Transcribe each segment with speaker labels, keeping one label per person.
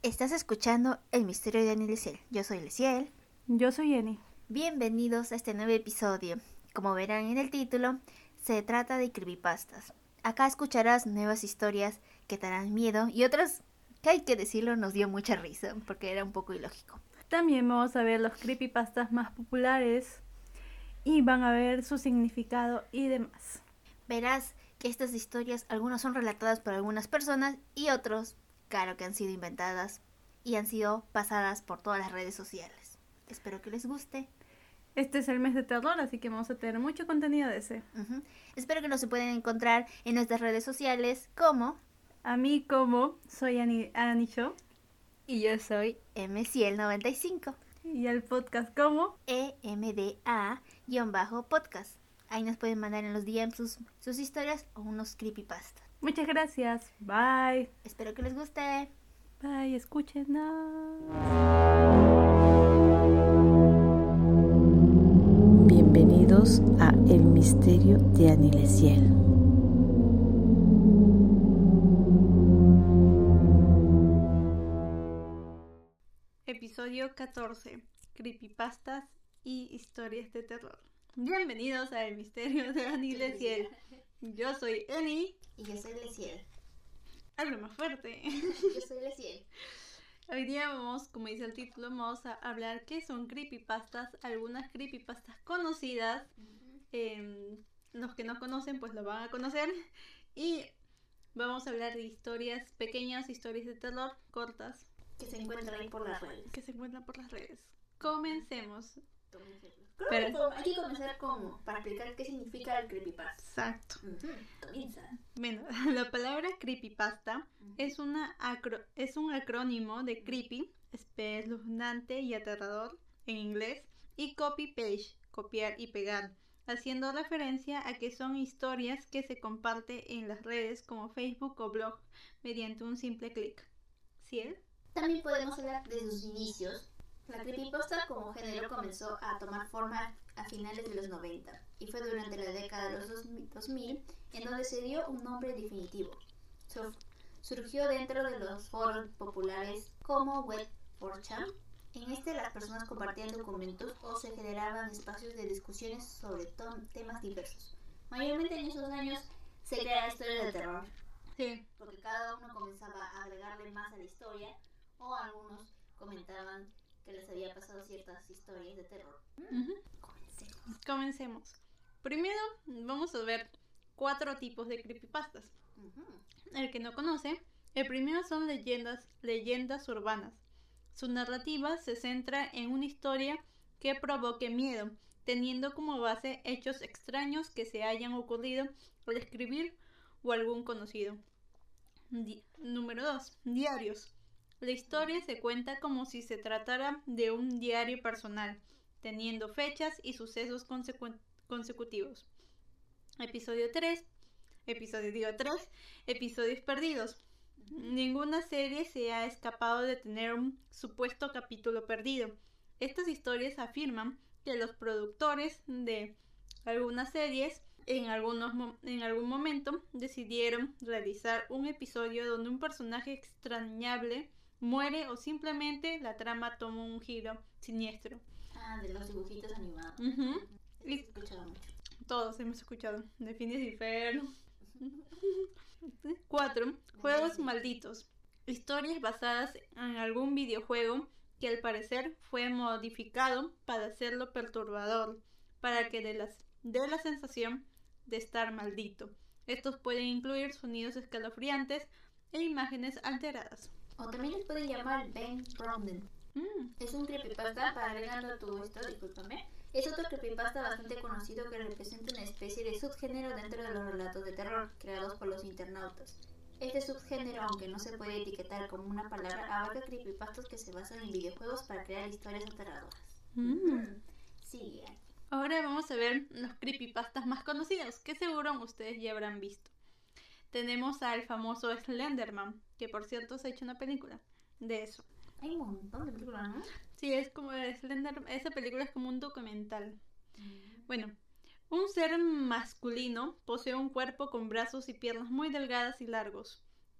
Speaker 1: Estás escuchando El Misterio de Annie Leciel. Yo soy Leciel.
Speaker 2: Yo soy Jenny.
Speaker 1: Bienvenidos a este nuevo episodio. Como verán en el título, se trata de creepypastas. Acá escucharás nuevas historias que te harán miedo y otras que, hay que decirlo, nos dio mucha risa porque era un poco ilógico.
Speaker 2: También vamos a ver los creepypastas más populares y van a ver su significado y demás.
Speaker 1: Verás que estas historias, algunas son relatadas por algunas personas y otros, claro que han sido inventadas y han sido pasadas por todas las redes sociales. Espero que les guste.
Speaker 2: Este es el mes de terror, así que vamos a tener mucho contenido de ese.
Speaker 1: Espero que nos se puedan encontrar en nuestras redes sociales como
Speaker 2: A mí como soy Annie Show
Speaker 1: y yo soy MCiel95
Speaker 2: y el podcast como
Speaker 1: EMDA-podcast. Ahí nos pueden mandar en los DM sus historias o unos creepypastas.
Speaker 2: Muchas gracias. Bye.
Speaker 1: Espero que les guste.
Speaker 2: Bye, escúchenos.
Speaker 3: Bienvenidos a El Misterio de Annie Leciel.
Speaker 2: Episodio 14. Creepypastas y historias de terror. Bienvenidos a El Misterio de Annie Leciel. Yo soy Annie.
Speaker 1: Y yo soy Leciel.
Speaker 2: Habla más fuerte.
Speaker 1: Yo soy Leciel.
Speaker 2: Hoy día vamos, como dice el título, vamos a hablar qué son creepypastas, algunas creepypastas conocidas. Los que no conocen pues lo van a conocer. Y vamos a hablar de historias pequeñas, historias de terror cortas.
Speaker 1: Que se encuentran ahí por las redes.
Speaker 2: Que se encuentran por las redes. Comencemos.
Speaker 1: Pero hay que comenzar para explicar qué significa el creepypasta.
Speaker 2: Exacto.
Speaker 1: Comienza.
Speaker 2: Bueno, la palabra creepypasta es un acrónimo de creepy, espeluznante y aterrador en inglés, y copy page, copiar y pegar, haciendo referencia a que son historias que se comparten en las redes como Facebook o blog mediante un simple clic. ¿Sí?
Speaker 1: También podemos hablar de sus inicios. La creepypasta como género comenzó a tomar forma a finales de los 90 y fue durante la década de los 2000 en donde se dio un nombre definitivo. Surgió dentro de los foros populares como Web4chan. En este las personas compartían documentos o se generaban espacios de discusiones sobre temas diversos. Mayormente en esos años se creaban historias de terror.
Speaker 2: Sí.
Speaker 1: Porque cada uno comenzaba a agregarle más a la historia o algunos comentaban que les había pasado ciertas historias de terror.
Speaker 2: Comencemos. Primero vamos a ver 4 tipos de creepypastas. El que no conoce, el primero son leyendas urbanas. Su narrativa se centra en una historia que provoque miedo, teniendo como base hechos extraños que se hayan ocurrido al escribir o algún conocido. Número 2. Diarios. La historia se cuenta como si se tratara de un diario personal, teniendo fechas y sucesos consecutivos. Episodios perdidos. Ninguna serie se ha escapado de tener un supuesto capítulo perdido. Estas historias afirman que los productores de algunas series en algún momento decidieron realizar un episodio donde un personaje extrañable muere o simplemente la trama toma un giro siniestro.
Speaker 1: De los dibujitos animados.
Speaker 2: Y
Speaker 1: he escuchado mucho.
Speaker 2: Todos hemos escuchado. De Phineas y Ferb. 4. Juegos malditos. Historias basadas en algún videojuego que al parecer fue modificado para hacerlo perturbador, para que dé la sensación de estar maldito. Estos pueden incluir sonidos escalofriantes e imágenes alteradas.
Speaker 1: O también les pueden llamar Ben Ronden. Es un creepypasta, para agregarlo a tu esto, discúlpame. Es otro creepypasta bastante conocido que representa una especie de subgénero dentro de los relatos de terror creados por los internautas. Este subgénero, aunque no se puede etiquetar como una palabra, abarca creepypastas que se basan en videojuegos para crear historias aterradoras. Sí.
Speaker 2: Ahora vamos a ver los creepypastas más conocidos, que seguro ustedes ya habrán visto. Tenemos al famoso Slenderman, que por cierto se ha hecho una película de eso.
Speaker 1: Hay un montón de películas, ¿no?
Speaker 2: Sí, es como esa película es como un documental. Bueno, un ser masculino posee un cuerpo con brazos y piernas muy delgadas y largos.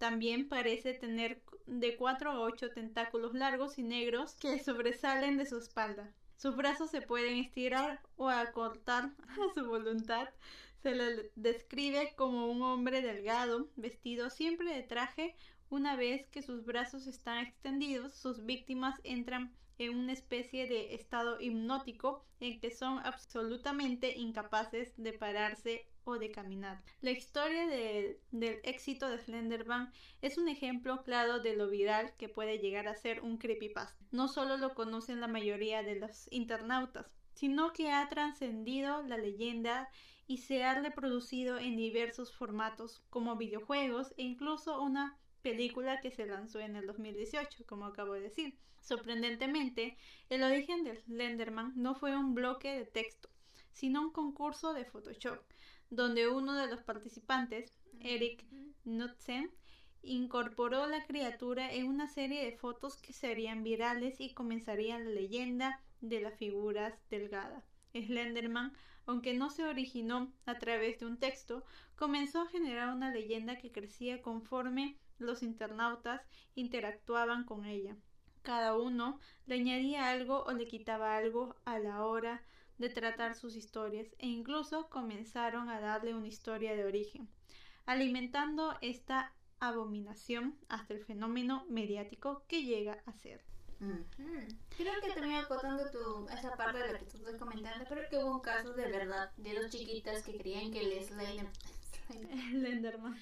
Speaker 2: También parece tener de 4 a 8 tentáculos largos y negros que sobresalen de su espalda. Sus brazos se pueden estirar o acortar a su voluntad. Se le describe como un hombre delgado, vestido siempre de traje. Una vez que sus brazos están extendidos, sus víctimas entran en una especie de estado hipnótico en que son absolutamente incapaces de pararse o de caminar. La historia del éxito de Slenderman es un ejemplo claro de lo viral que puede llegar a ser un creepypasta. No solo lo conocen la mayoría de los internautas, sino que ha trascendido la leyenda y se ha reproducido en diversos formatos como videojuegos e incluso una película que se lanzó en el 2018, como acabo de decir. Sorprendentemente, el origen de Slenderman no fue un bloque de texto, sino un concurso de Photoshop, donde uno de los participantes, Eric Knudsen, incorporó la criatura en una serie de fotos que serían virales y comenzarían la leyenda de las figuras delgadas. Slenderman, aunque no se originó a través de un texto, comenzó a generar una leyenda que crecía conforme los internautas interactuaban con ella. Cada uno le añadía algo o le quitaba algo a la hora de tratar sus historias e incluso comenzaron a darle una historia de origen, alimentando esta abominación hasta el fenómeno mediático que llega a ser.
Speaker 1: Creo que también acotando esa parte de la que tú estás comentando, creo que hubo un caso de verdad de dos chiquitas que creían que el
Speaker 2: Slenderman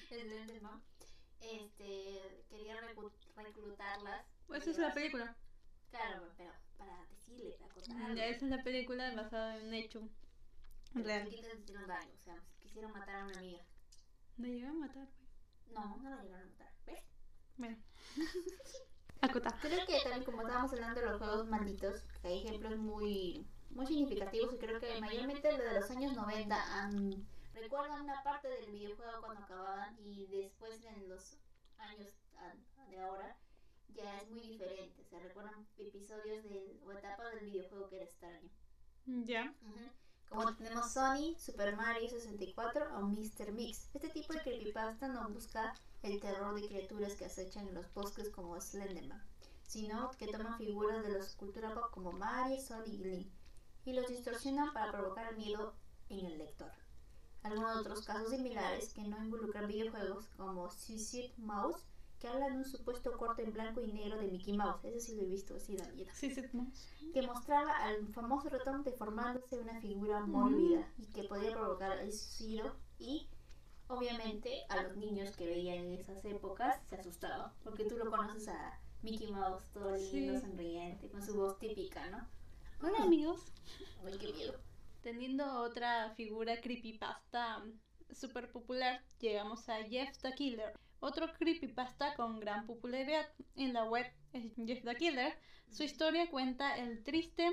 Speaker 1: quería reclutarlas.
Speaker 2: Pues esa es la película.
Speaker 1: Claro, pero para decirle, para acotarlo.
Speaker 2: Esa es la película basada en un hecho real.
Speaker 1: Las chiquitas hicieron daño, o sea, quisieron matar a una amiga.
Speaker 2: ¿La llegaron a matar?
Speaker 1: No, no la llegaron a matar, ¿ves?
Speaker 2: Bueno. Acotar.
Speaker 1: Creo que también como estábamos hablando de los juegos malditos, que hay ejemplos muy significativos y creo que mayormente de los años 90 recuerdan una parte del videojuego cuando acababan y después en los años de ahora ya es muy diferente, se recuerdan episodios o etapas del videojuego que era extraño.
Speaker 2: Ya.
Speaker 1: Como tenemos Sony, Super Mario 64 o Mr. Mix. Este tipo de creepypasta no busca el terror de criaturas que acechan en los bosques como Slenderman, sino que toman figuras de la cultura pop como Mario, Sonic y Link y los distorsionan para provocar miedo en el lector. Algunos otros casos similares que no involucran videojuegos como Suicide Mouse, que hablan de un supuesto corto en blanco y negro de Mickey Mouse, ese sí lo he visto así, que mostraba al famoso ratón deformándose una figura mórbida y que podía provocar el suicidio y obviamente a los niños que veían en esas épocas se asustaban, porque tú lo conoces a Mickey Mouse todo lindo, sonriente, con su voz típica, ¿no?
Speaker 2: Hola amigos.
Speaker 1: Ay, qué miedo.
Speaker 2: Teniendo otra figura creepypasta súper popular, llegamos a Jeff the Killer. Otro creepypasta con gran popularidad en la web es Jeff the Killer. Su historia cuenta el triste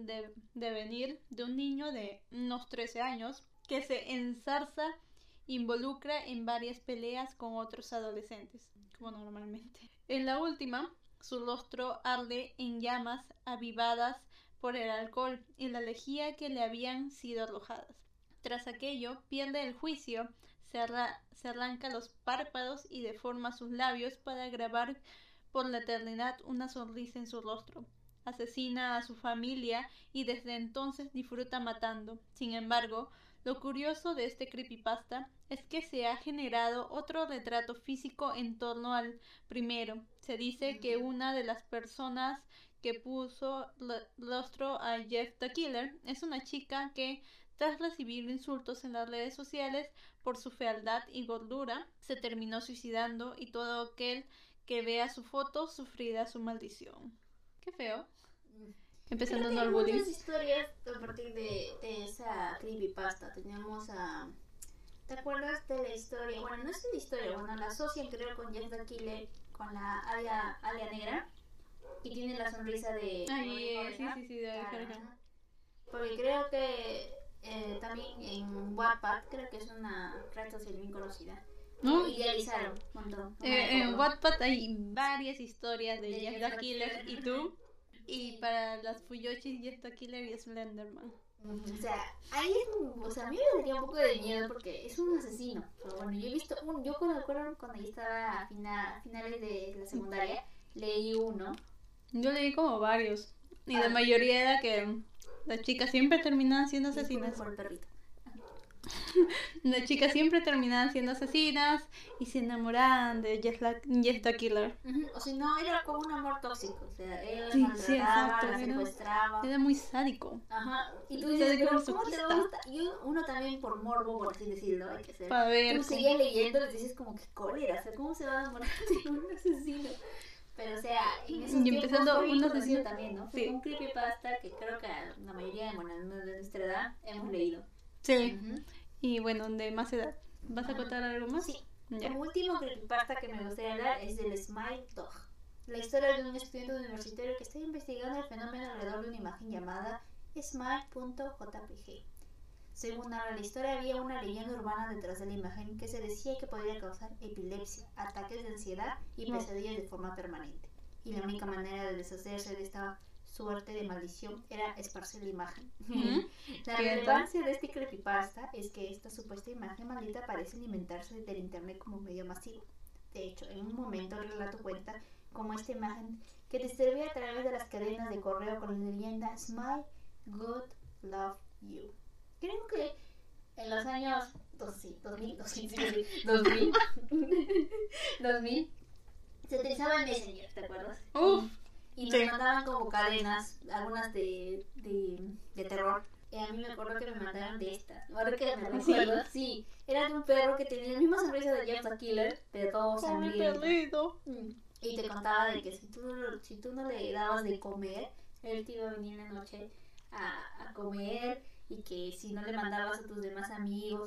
Speaker 2: devenir de un niño de unos 13 años que se enzarza, involucra en varias peleas con otros adolescentes, como normalmente. En la última, su rostro arde en llamas avivadas por el alcohol y la lejía que le habían sido arrojadas. Tras aquello, pierde el juicio, se arranca los párpados y deforma sus labios para grabar por la eternidad una sonrisa en su rostro. Asesina a su familia y desde entonces disfruta matando. Sin embargo, lo curioso de este creepypasta es que se ha generado otro retrato físico en torno al primero. Se dice que una de las personas que puso rostro a Jeff the Killer es una chica que, tras recibir insultos en las redes sociales por su fealdad y gordura, se terminó suicidando y todo aquel que vea su foto sufrirá su maldición. Qué feo. Empezando
Speaker 1: Creo que
Speaker 2: al
Speaker 1: hay
Speaker 2: bullying.
Speaker 1: muchas historias a partir de esa creepypasta. Teníamos a... ¿Te acuerdas de la historia? Bueno, no es la historia, bueno, la asocian creo con Jeff the Killer, con la Alia Negra, y tiene la sonrisa de...
Speaker 2: Sí, de
Speaker 1: Ajá. Porque creo que también en Wattpad, creo que es una red social bien conocida.
Speaker 2: ¿No?
Speaker 1: Idealizaron un montón.
Speaker 2: En Wattpad hay varias historias de Jeff the Killer y tú. Y para las Fuyoshis, Jeff the Killer y Slenderman.
Speaker 1: O sea, o sea, a mí me daría un poco de miedo porque es un asesino. Pero bueno, yo he visto yo cuando yo estaba a finales de la secundaria, leí uno.
Speaker 2: Yo leí como varios. Y la mayoría era que las chicas siempre terminaban siendo asesinas.
Speaker 1: Por el perrito.
Speaker 2: Las chicas siempre terminaban siendo asesinas y se enamoraban de Jess the Killer.
Speaker 1: O si no, era como un amor tóxico. O sea, él
Speaker 2: Sí,
Speaker 1: maltrataba,
Speaker 2: exacto.
Speaker 1: la secuestraba.
Speaker 2: Era muy sádico.
Speaker 1: Ajá. Y tú dices, pero ¿cómo te gusta? Y uno también por morbo, por así decirlo, hay que ser.
Speaker 2: Para ver.
Speaker 1: Tú seguías leyendo, les dices como que cólera. O sea, ¿cómo se va a enamorar de un asesino? Pero o sea, en esos
Speaker 2: Y
Speaker 1: tiempos
Speaker 2: empezando
Speaker 1: fue bien
Speaker 2: un
Speaker 1: conocido
Speaker 2: asesino
Speaker 1: también, ¿no?
Speaker 2: Sí.
Speaker 1: Fue un creepypasta que creo que la mayoría de nuestra edad hemos leído.
Speaker 2: Sí. Y bueno, de más edad. ¿Vas a contar algo más?
Speaker 1: Sí.
Speaker 2: Ya.
Speaker 1: El último creepypasta que me gustaría hablar es del Smile Dog. La historia de un estudiante universitario que está investigando el fenómeno alrededor de una imagen llamada Smile.jpg. Según narra la historia, había una leyenda urbana detrás de la imagen que se decía que podría causar epilepsia, ataques de ansiedad y pesadillas de forma permanente. Y la única manera de deshacerse de esta suerte de maldición era esparcir la imagen. La relevancia de este creepypasta es que esta supuesta imagen maldita parece alimentarse del internet como un medio masivo. De hecho, en un momento el relato cuenta como esta imagen que te servía a través de las cadenas de correo con la leyenda Smile, God, Love You. Creo que en los años 2000 se utilizaba el Messenger, ¿te acuerdas? Y nos mandaban como cadenas, algunas de terror. Y a mí me acuerdo que me mandaron de estas. Ahora que me recuerdo, sí, era de un perro que tenía la misma sonrisa de Jeff the Killer, pero todo sangriento. Y te contaba de que si tú no le dabas de comer, él te iba a venir en la noche a comer, y que si no le mandabas a tus demás amigos,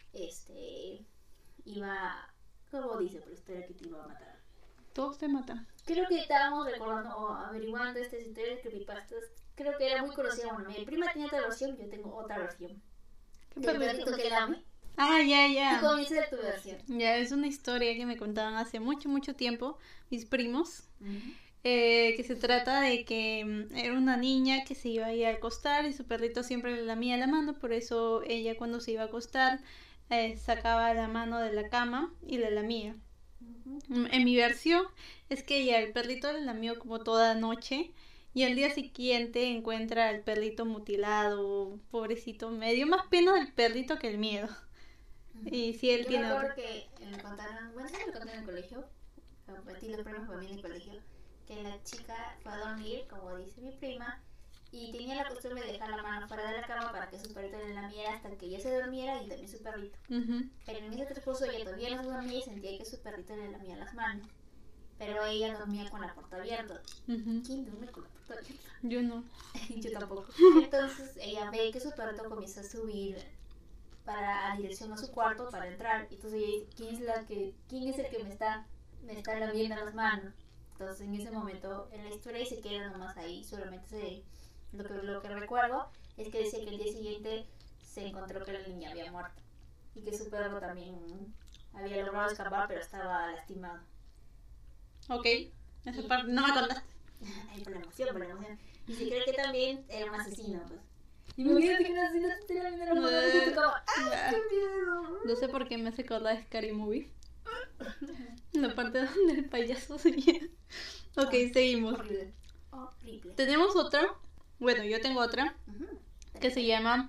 Speaker 1: iba, como dice por la historia, que te iba a matar.
Speaker 2: Todos te matan.
Speaker 1: Creo que estábamos recordando o averiguando estas historias de creepypastas. Creo que era muy conocida. Bueno, mi prima tenía otra versión, yo tengo otra versión.
Speaker 2: ¿Qué
Speaker 1: Del perrito que lame.
Speaker 2: Ah, ya.
Speaker 1: ¿Cómo dice tu versión?
Speaker 2: Ya, es una historia que me contaban hace mucho tiempo mis primos. Que se trata de que era una niña que se iba a ir a acostar y su perrito siempre le lamía la mano, por eso ella cuando se iba a acostar sacaba la mano de la cama y le lamía. En mi versión es que ella, el perrito le lamió como toda noche y al día siguiente encuentra al perrito mutilado, pobrecito, me dio más pena del perrito que el miedo. Y si él
Speaker 1: yo
Speaker 2: tiene
Speaker 1: me acuerdo que me contaron, bueno, sí me contaron en el colegio, compartí los premios para mí en el colegio, que la chica fue a dormir, como dice mi prima, y tenía la costumbre de dejar la mano fuera de la cama para que su perrito le lamiera hasta que ella se durmiera y también su perrito. Pero en ese transcurso ella todavía no se dormía y sentía que su perrito le lamía las manos. Pero ella dormía con la puerta abierta. ¿Quién duerme con la puerta abierta?
Speaker 2: Yo no.
Speaker 1: Yo tampoco. Entonces ella ve que su perrito comienza a subir a dirección a su cuarto para entrar. Entonces ella dice, ¿quién es el que me está lamiendo las manos? Entonces en ese momento en la historia y se queda nomás ahí. Solamente lo que recuerdo es que decía que el día siguiente se encontró que la niña había muerto y que su perro también había logrado escapar pero estaba lastimado.
Speaker 2: Ok, esa parte no me contaste.
Speaker 1: Por la emoción. Y se cree que también era un asesino, pues. Imagínate que un asesino te lamina las manos y te como, ¡ay, qué miedo!
Speaker 2: No sé por qué me hace acordar de Scary Movie. La parte donde el payaso se lleva. Ok, seguimos.
Speaker 1: Horrible.
Speaker 2: Tenemos otra. Bueno, yo tengo otra. Que se llama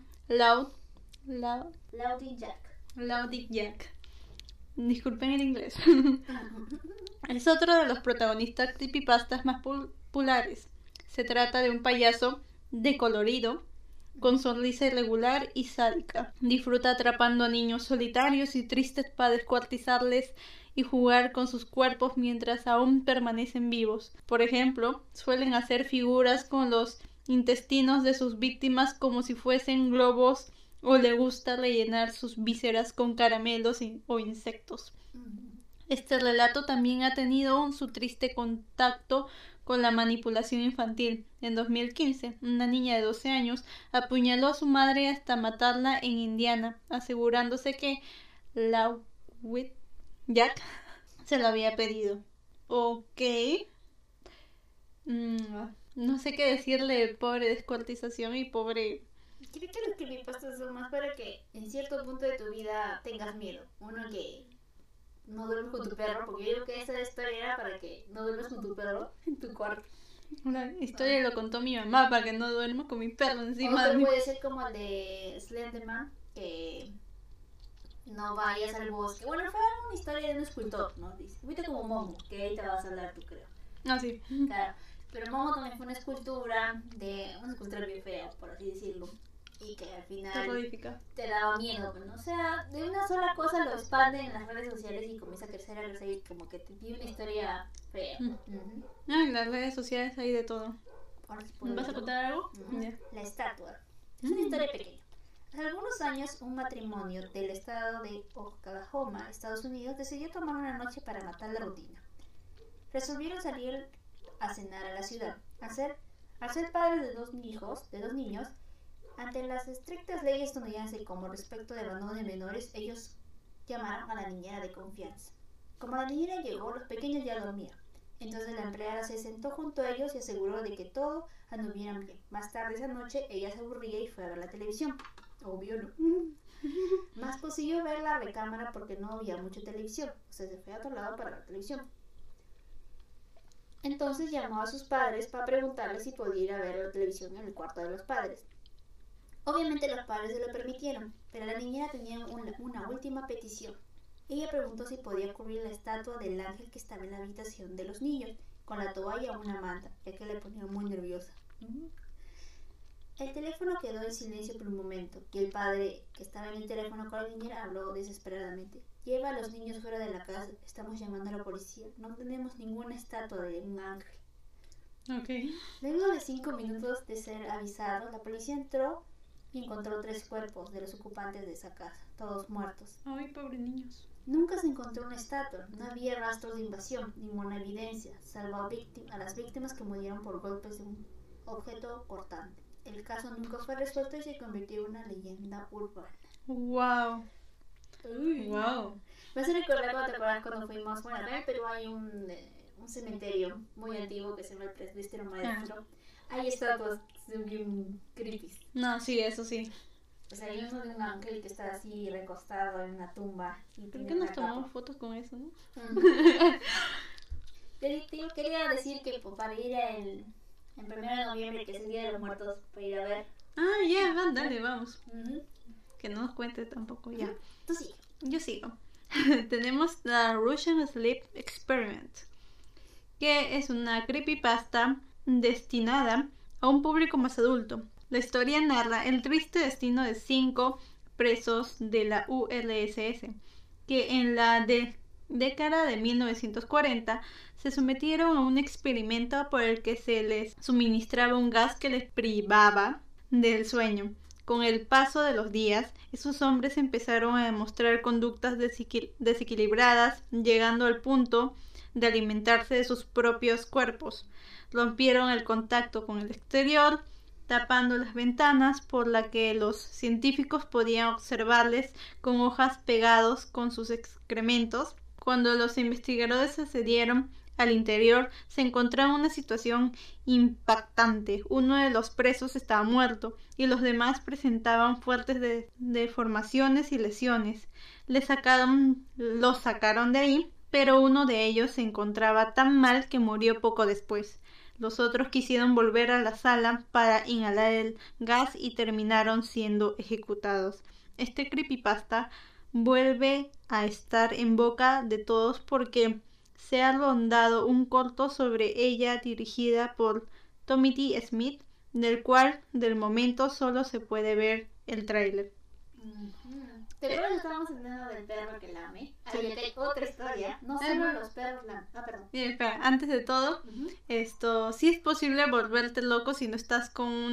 Speaker 1: Louding
Speaker 2: Jack. Disculpen el inglés. Es otro de los protagonistas creepypastas más populares. Se trata de un payaso decolorido, con sonrisa irregular y sádica. Disfruta atrapando a niños solitarios y tristes para descuartizarles y jugar con sus cuerpos mientras aún permanecen vivos. Por ejemplo, suelen hacer figuras con los intestinos de sus víctimas como si fuesen globos, o le gusta rellenar sus vísceras con caramelos o insectos. Este relato también ha tenido su triste contacto con la manipulación infantil. En 2015, una niña de 12 años apuñaló a su madre hasta matarla en Indiana, asegurándose que Louding Jack se lo había pedido. Ok. No sé qué decirle, pobre descuartización y pobre
Speaker 1: Creo que los creepypastas son más para que en cierto punto de tu vida tengas miedo. Uno que no duermes con tu perro, porque yo digo que esa historia era para que no duermas con tu perro en tu cuarto.
Speaker 2: La historia lo contó mi mamá para que no duerma con mi perro encima de
Speaker 1: Otro
Speaker 2: mí.
Speaker 1: puede ser como el de Slenderman, que no vayas al bosque. Bueno, fue una historia de un escultor, ¿no? Dice, fuiste como Momo, que ahí te vas a hablar tú, creo.
Speaker 2: Ah, sí.
Speaker 1: Claro, pero Momo también fue una escultura bien fea, por así decirlo, y que al final
Speaker 2: Terrorífica.
Speaker 1: te daba miedo, ¿no? O sea, de una sola cosa lo expanden en las redes sociales y comienza a crecer y como que te pide una historia fea.
Speaker 2: Ah, en las redes sociales hay de todo.
Speaker 1: Ahora sí
Speaker 2: ¿Vas a
Speaker 1: puedo
Speaker 2: contar algo?
Speaker 1: decirlo.
Speaker 2: Ya.
Speaker 1: La estatua. Es una historia pequeña. Hace algunos años, un matrimonio del estado de Oklahoma, Estados Unidos, decidió tomar una noche para matar la rutina. Resolvieron salir a cenar a la ciudad. Al ser padres de dos niños, ante las estrictas leyes estadounidenses como respecto de abandono de menores, ellos llamaron a la niñera de confianza. Como la niñera llegó, los pequeños ya dormían. Entonces la empleada se sentó junto a ellos y aseguró de que todo anduviera bien. Más tarde esa noche, ella se aburría y fue a ver la televisión. Obvio no. Más consiguió ver la recámara porque no había mucha televisión. O sea, se fue a otro lado para la televisión. Entonces llamó a sus padres para preguntarles si podía ir a ver la televisión en el cuarto de los padres. Obviamente los padres se lo permitieron, pero la niñera tenía una última petición. Ella preguntó si podía cubrir la estatua del ángel que estaba en la habitación de los niños, con la toalla o una manta, ya que le ponía muy nerviosa. El teléfono quedó en silencio por un momento, y el padre, que estaba en el teléfono con la niñera, habló desesperadamente. Lleva a los niños fuera de la casa, estamos llamando a la policía, no tenemos ninguna estatua de un ángel.
Speaker 2: Ok.
Speaker 1: Luego de 5 minutos de ser avisado, la policía entró y encontró 3 cuerpos de los ocupantes de esa casa, todos muertos.
Speaker 2: Ay, pobre niños.
Speaker 1: Nunca se encontró una estatua, no había rastros de invasión, ninguna evidencia, salvo a las víctimas que murieron por golpes de un objeto cortante. El caso nunca fue resuelto y se convirtió en una leyenda urbana.
Speaker 2: Wow.
Speaker 1: Uy.
Speaker 2: Wow.
Speaker 1: Me hace recordar cuando fuimos, bueno, acá en Perú hay un cementerio muy antiguo que se llama el Presbítero Maestro. Hay estatuas que son bien creepy.
Speaker 2: No, sí, eso sí.
Speaker 1: O sea, hay uno de un ángel que está así recostado en una tumba. Y
Speaker 2: ¿Por
Speaker 1: tiene
Speaker 2: qué nos
Speaker 1: una
Speaker 2: tomamos
Speaker 1: capa.
Speaker 2: fotos con eso, no?
Speaker 1: Quería decir que pues, para ir el 1 de noviembre, que es el Día de los Muertos, para ir a ver.
Speaker 2: Ah, ya, dale, vamos. Que no nos cuente tampoco, ya.
Speaker 1: Tú sí.
Speaker 2: Yo sigo. Tenemos The Russian Sleep Experiment, que es una creepypasta destinada a un público más adulto. La historia narra el triste destino de 5 presos de la URSS, que en la década de 1940 se sometieron a un experimento por el que se les suministraba un gas que les privaba del sueño. Con el paso de los días, esos hombres empezaron a demostrar conductas desequilibradas, llegando al punto de alimentarse de sus propios cuerpos. Rompieron el contacto con el exterior, tapando las ventanas por la que los científicos podían observarles con hojas pegados con sus excrementos. Cuando los investigadores accedieron al interior, se encontraba una situación impactante. Uno de los presos estaba muerto y los demás presentaban fuertes deformaciones y lesiones. Los sacaron de ahí, pero uno de ellos se encontraba tan mal que murió poco después. Los otros quisieron volver a la sala para inhalar el gas y terminaron siendo ejecutados. Este creepypasta vuelve a estar en boca de todos porque se ha rondado un corto sobre ella dirigida por Tommy T. Smith, del cual del momento solo se puede ver el tráiler.
Speaker 1: ¿Te acuerdas que estábamos hablando del perro que lame? Ahí hay otra historia. No solo los perros lamen. Ah, perdón.
Speaker 2: Bien, espera, antes de todo, sí es posible volverte loco si no estás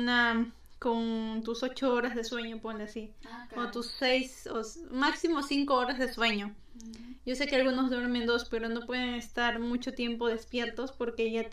Speaker 2: con tus 8 horas de sueño, ponle así. O tus 6, o máximo 5 horas de sueño. Yo sé que algunos duermen 2, pero no pueden estar mucho tiempo despiertos porque ya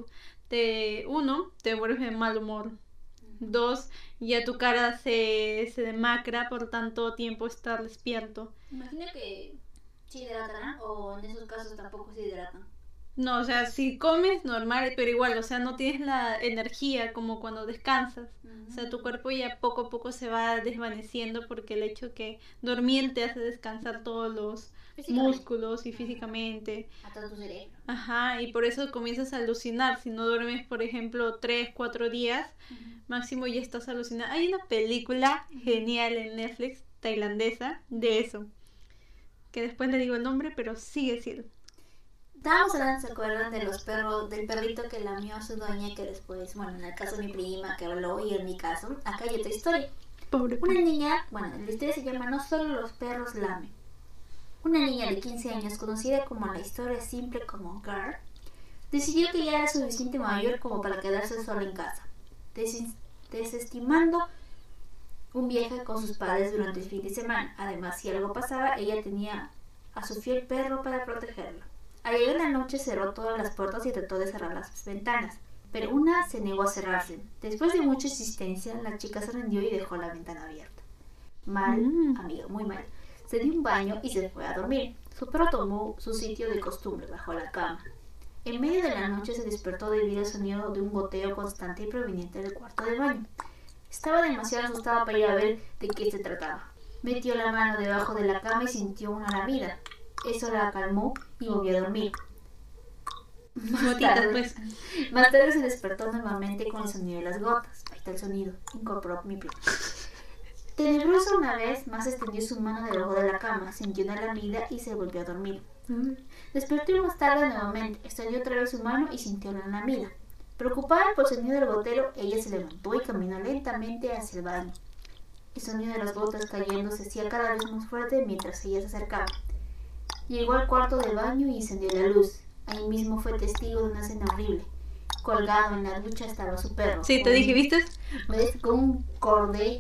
Speaker 2: uno, te vuelves de mal humor. 2, ya tu cara se demacra por tanto tiempo estar despierto.
Speaker 1: Imagino que se hidratan, o en esos casos tampoco se hidratan.
Speaker 2: No, o sea, si comes normal, pero igual, o sea, no tienes la energía como cuando descansas. O sea, tu cuerpo ya poco a poco se va desvaneciendo porque el hecho que dormir te hace descansar todos los músculos y físicamente.
Speaker 1: A todo tu cerebro.
Speaker 2: Ajá, y por eso comienzas a alucinar. Si no duermes, por ejemplo, 3, 4 días, máximo ya estás alucinando. Hay una película genial en Netflix, tailandesa, de eso. Que después le digo el nombre, pero sigue siendo.
Speaker 1: Estábamos hablando, ¿se acuerdan de los perros, del perrito que lamió a su dueña, que después, bueno, en el caso de mi prima que habló y en mi caso, acá hay otra historia.
Speaker 2: Pobre
Speaker 1: Una niña, bueno, la historia se llama No solo los perros lamen. Una niña de 15 años, conocida como la historia simple como Girl, decidió que ya era suficiente mayor como para quedarse sola en casa, desestimando un viaje con sus padres durante el fin de semana. Además, si algo pasaba, ella tenía a su fiel perro para protegerlo. Al llegar la noche cerró todas las puertas y trató de cerrar las ventanas, pero una se negó a cerrarse. Después de mucha insistencia, la chica se rindió y dejó la ventana abierta. Mal, amiga, muy mal. Se dio un baño y se fue a dormir. Su perro tomó su sitio de costumbre bajo la cama. En medio de la noche se despertó debido al sonido de un goteo constante y proveniente del cuarto de baño. Estaba demasiado asustada para ir a ver de qué se trataba. Metió la mano debajo de la cama y sintió una lamida. Eso la calmó y volvió a dormir. Más tarde se despertó nuevamente con el sonido de las gotas. Ahí está el sonido, incorporó mi primo. Tenebrosa una vez más extendió su mano debajo de la cama, sintió una lamida y se volvió a dormir. Despertó más tarde nuevamente, extendió otra vez su mano y sintió una lamida. Preocupada por el sonido del gotero, ella se levantó y caminó lentamente hacia el baño. El sonido de las gotas cayendo se hacía cada vez más fuerte mientras ella se acercaba. Llegó al cuarto del baño y encendió la luz. Ahí mismo fue testigo de una escena horrible. Colgado en la ducha estaba su perro.
Speaker 2: Sí, te dije, ¿viste?
Speaker 1: Con un corte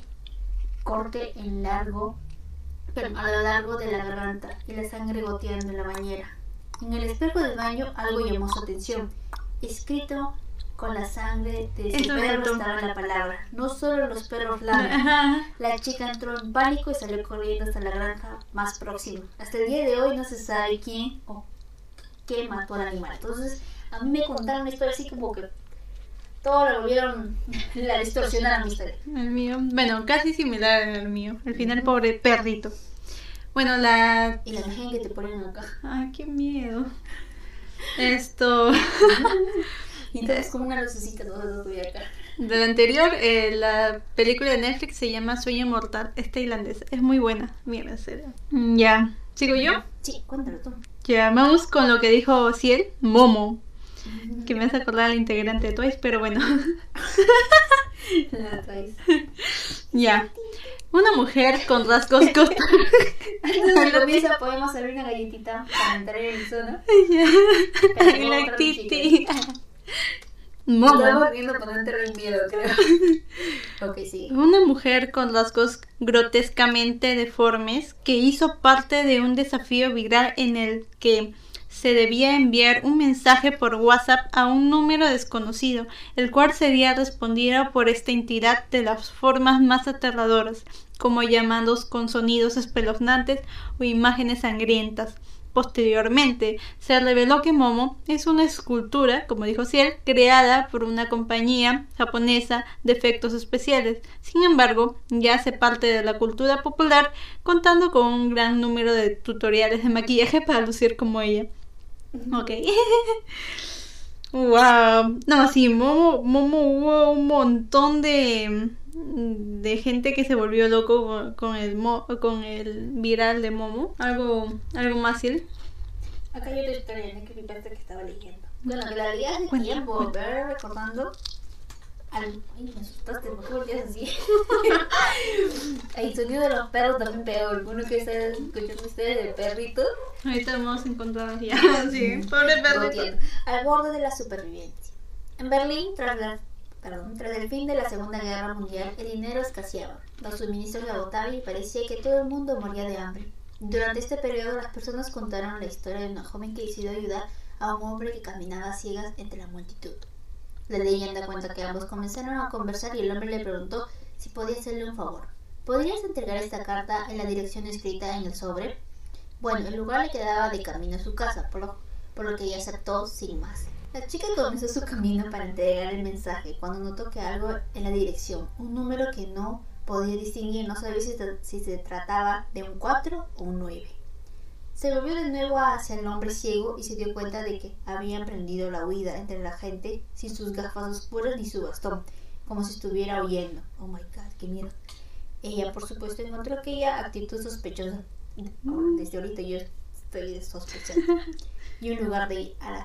Speaker 1: en largo, a lo largo de la garganta y la sangre goteando en la bañera. En el espejo del baño algo llamó su atención. Escrito con la sangre de su perro estaba la palabra: no solo los perros lamen. La chica entró en pánico y salió corriendo hasta la granja más próxima. Hasta el día de hoy no se sabe quién o qué mató al animal. Entonces a mí me contaron una historia así como que todo lo volvieron, la distorsionaron mi historia.
Speaker 2: El mío, bueno, casi similar al mío. Al final, pobre perrito. Bueno, la...
Speaker 1: Y la imagen que te ponen acá.
Speaker 2: Ay, qué miedo. Esto...
Speaker 1: Y entonces como una lucecita todo tuve acá.
Speaker 2: De la anterior, la película de Netflix se llama Sueño Mortal, es tailandesa. Es muy buena, mira, en serio. Ya, ¿sigo yo?
Speaker 1: Sí, cuéntalo tú.
Speaker 2: Ya, vamos con lo que dijo Ciel, Momo. Que me hace acordar al integrante de Twice, pero bueno.
Speaker 1: La Twice.
Speaker 2: Ya. Una mujer con rasgos
Speaker 1: Antes de comienza podemos abrir una galletita para entrar en el zona.
Speaker 2: La Titi. Momo.
Speaker 1: Estamos viendo para no entrar en miedo, creo. Ok, sí.
Speaker 2: Una mujer con rasgos grotescamente deformes que hizo parte de un desafío viral en el que se debía enviar un mensaje por WhatsApp a un número desconocido, el cual sería respondido por esta entidad de las formas más aterradoras, como llamados con sonidos espeluznantes o imágenes sangrientas. Posteriormente, se reveló que Momo es una escultura, como dijo Ciel, creada por una compañía japonesa de efectos especiales. Sin embargo, ya hace parte de la cultura popular, contando con un gran número de tutoriales de maquillaje para lucir como ella. Ok. Wow. No, sí, Momo hubo un montón de gente que se volvió loco con el viral de Momo. Algo más, Ciel.
Speaker 1: Acá hay otra historia en el creepypasta que estaba leyendo. Bueno, que la leí hace tiempo, pero recordando. Ay, me asustaste, ¿por qué volvías así? El sonido de los perros también peor. Uno que está escuchando ustedes de perrito.
Speaker 2: Ahorita vamos a encontrar ya. Sí, pobre perrito.
Speaker 1: Al borde de la supervivencia. En Berlín, tras el fin de la Segunda Guerra Mundial, el dinero escaseaba, los suministros se agotaban y parecía que todo el mundo moría de hambre. Durante este periodo, las personas contaron la historia de una joven que decidió ayudar a un hombre que caminaba a ciegas entre la multitud. La leyenda cuenta que ambos comenzaron a conversar y el hombre le preguntó si podía hacerle un favor. ¿Podrías entregar esta carta en la dirección escrita en el sobre? Bueno, el lugar le quedaba de camino a su casa, por lo que ella aceptó sin más. La chica comenzó su camino para entregar el mensaje cuando notó que algo en la dirección, un número que no podía distinguir, no sabía si se trataba de un 4 o un 9. Se volvió de nuevo hacia el hombre ciego y se dio cuenta de que había emprendido la huida entre la gente sin sus gafas oscuras ni su bastón, como si estuviera huyendo. Oh my god, qué miedo. Ella, por supuesto, encontró aquella actitud sospechosa. Desde ahorita yo estoy sospechando. Y en lugar de ir a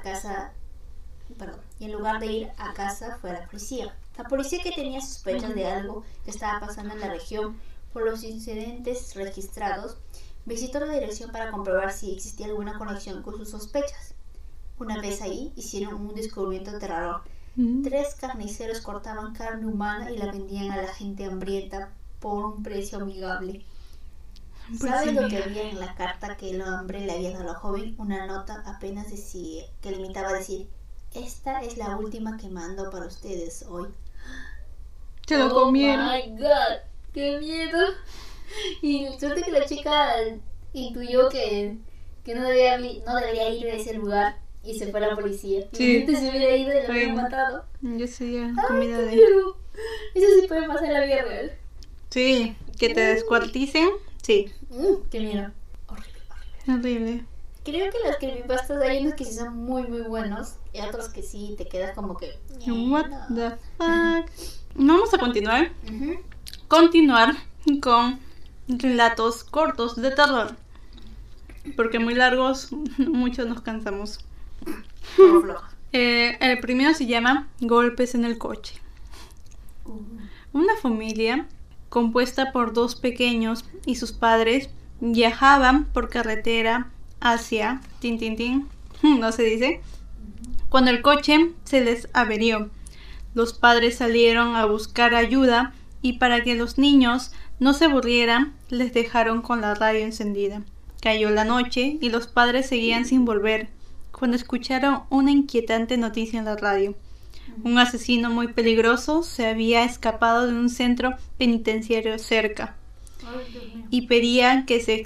Speaker 1: casa fue a la policía. La policía, que tenía sospechas de algo que estaba pasando en la región por los incidentes registrados, visitó la dirección para comprobar si existía alguna conexión con sus sospechas. Una vez ahí, hicieron un descubrimiento aterrador. 3 carniceros cortaban carne humana y la vendían a la gente hambrienta por un precio amigable. ¿Sabes lo que había en la carta que el hombre le había dado a la joven? Una nota apenas decía, que limitaba a decir: esta es la última que mando para ustedes hoy.
Speaker 2: Se lo comieron.
Speaker 1: Oh my god, qué miedo. Y suerte que la chica intuyó que no debería ir a ese lugar y se fue a la policía.
Speaker 2: Sí.
Speaker 1: Si se hubiera ido y la hubieran matado.
Speaker 2: Yo sería comida de...
Speaker 1: Miedo. Eso sí puede pasar en la vida real.
Speaker 2: Sí, que te descuarticen. Sí.
Speaker 1: Qué miedo.
Speaker 2: Horrible.
Speaker 1: Creo que los creepypastas hay unos que sí son muy muy buenos y otros que sí te quedas como que...
Speaker 2: What the fuck. Vamos a continuar.
Speaker 1: Ujú.
Speaker 2: Continuar con relatos cortos de terror. Porque muy largos, muchos nos cansamos.
Speaker 1: Como flojo.
Speaker 2: El primero se llama Golpes en el coche. Una familia compuesta por 2 pequeños y sus padres viajaban por carretera hacia no se dice, cuando el coche se les averió. Los padres salieron a buscar ayuda y para que los niños no se aburrieran, les dejaron con la radio encendida. Cayó la noche y los padres seguían sin volver cuando escucharon una inquietante noticia en la radio. Un asesino muy peligroso se había escapado de un centro penitenciario cerca y pedían que se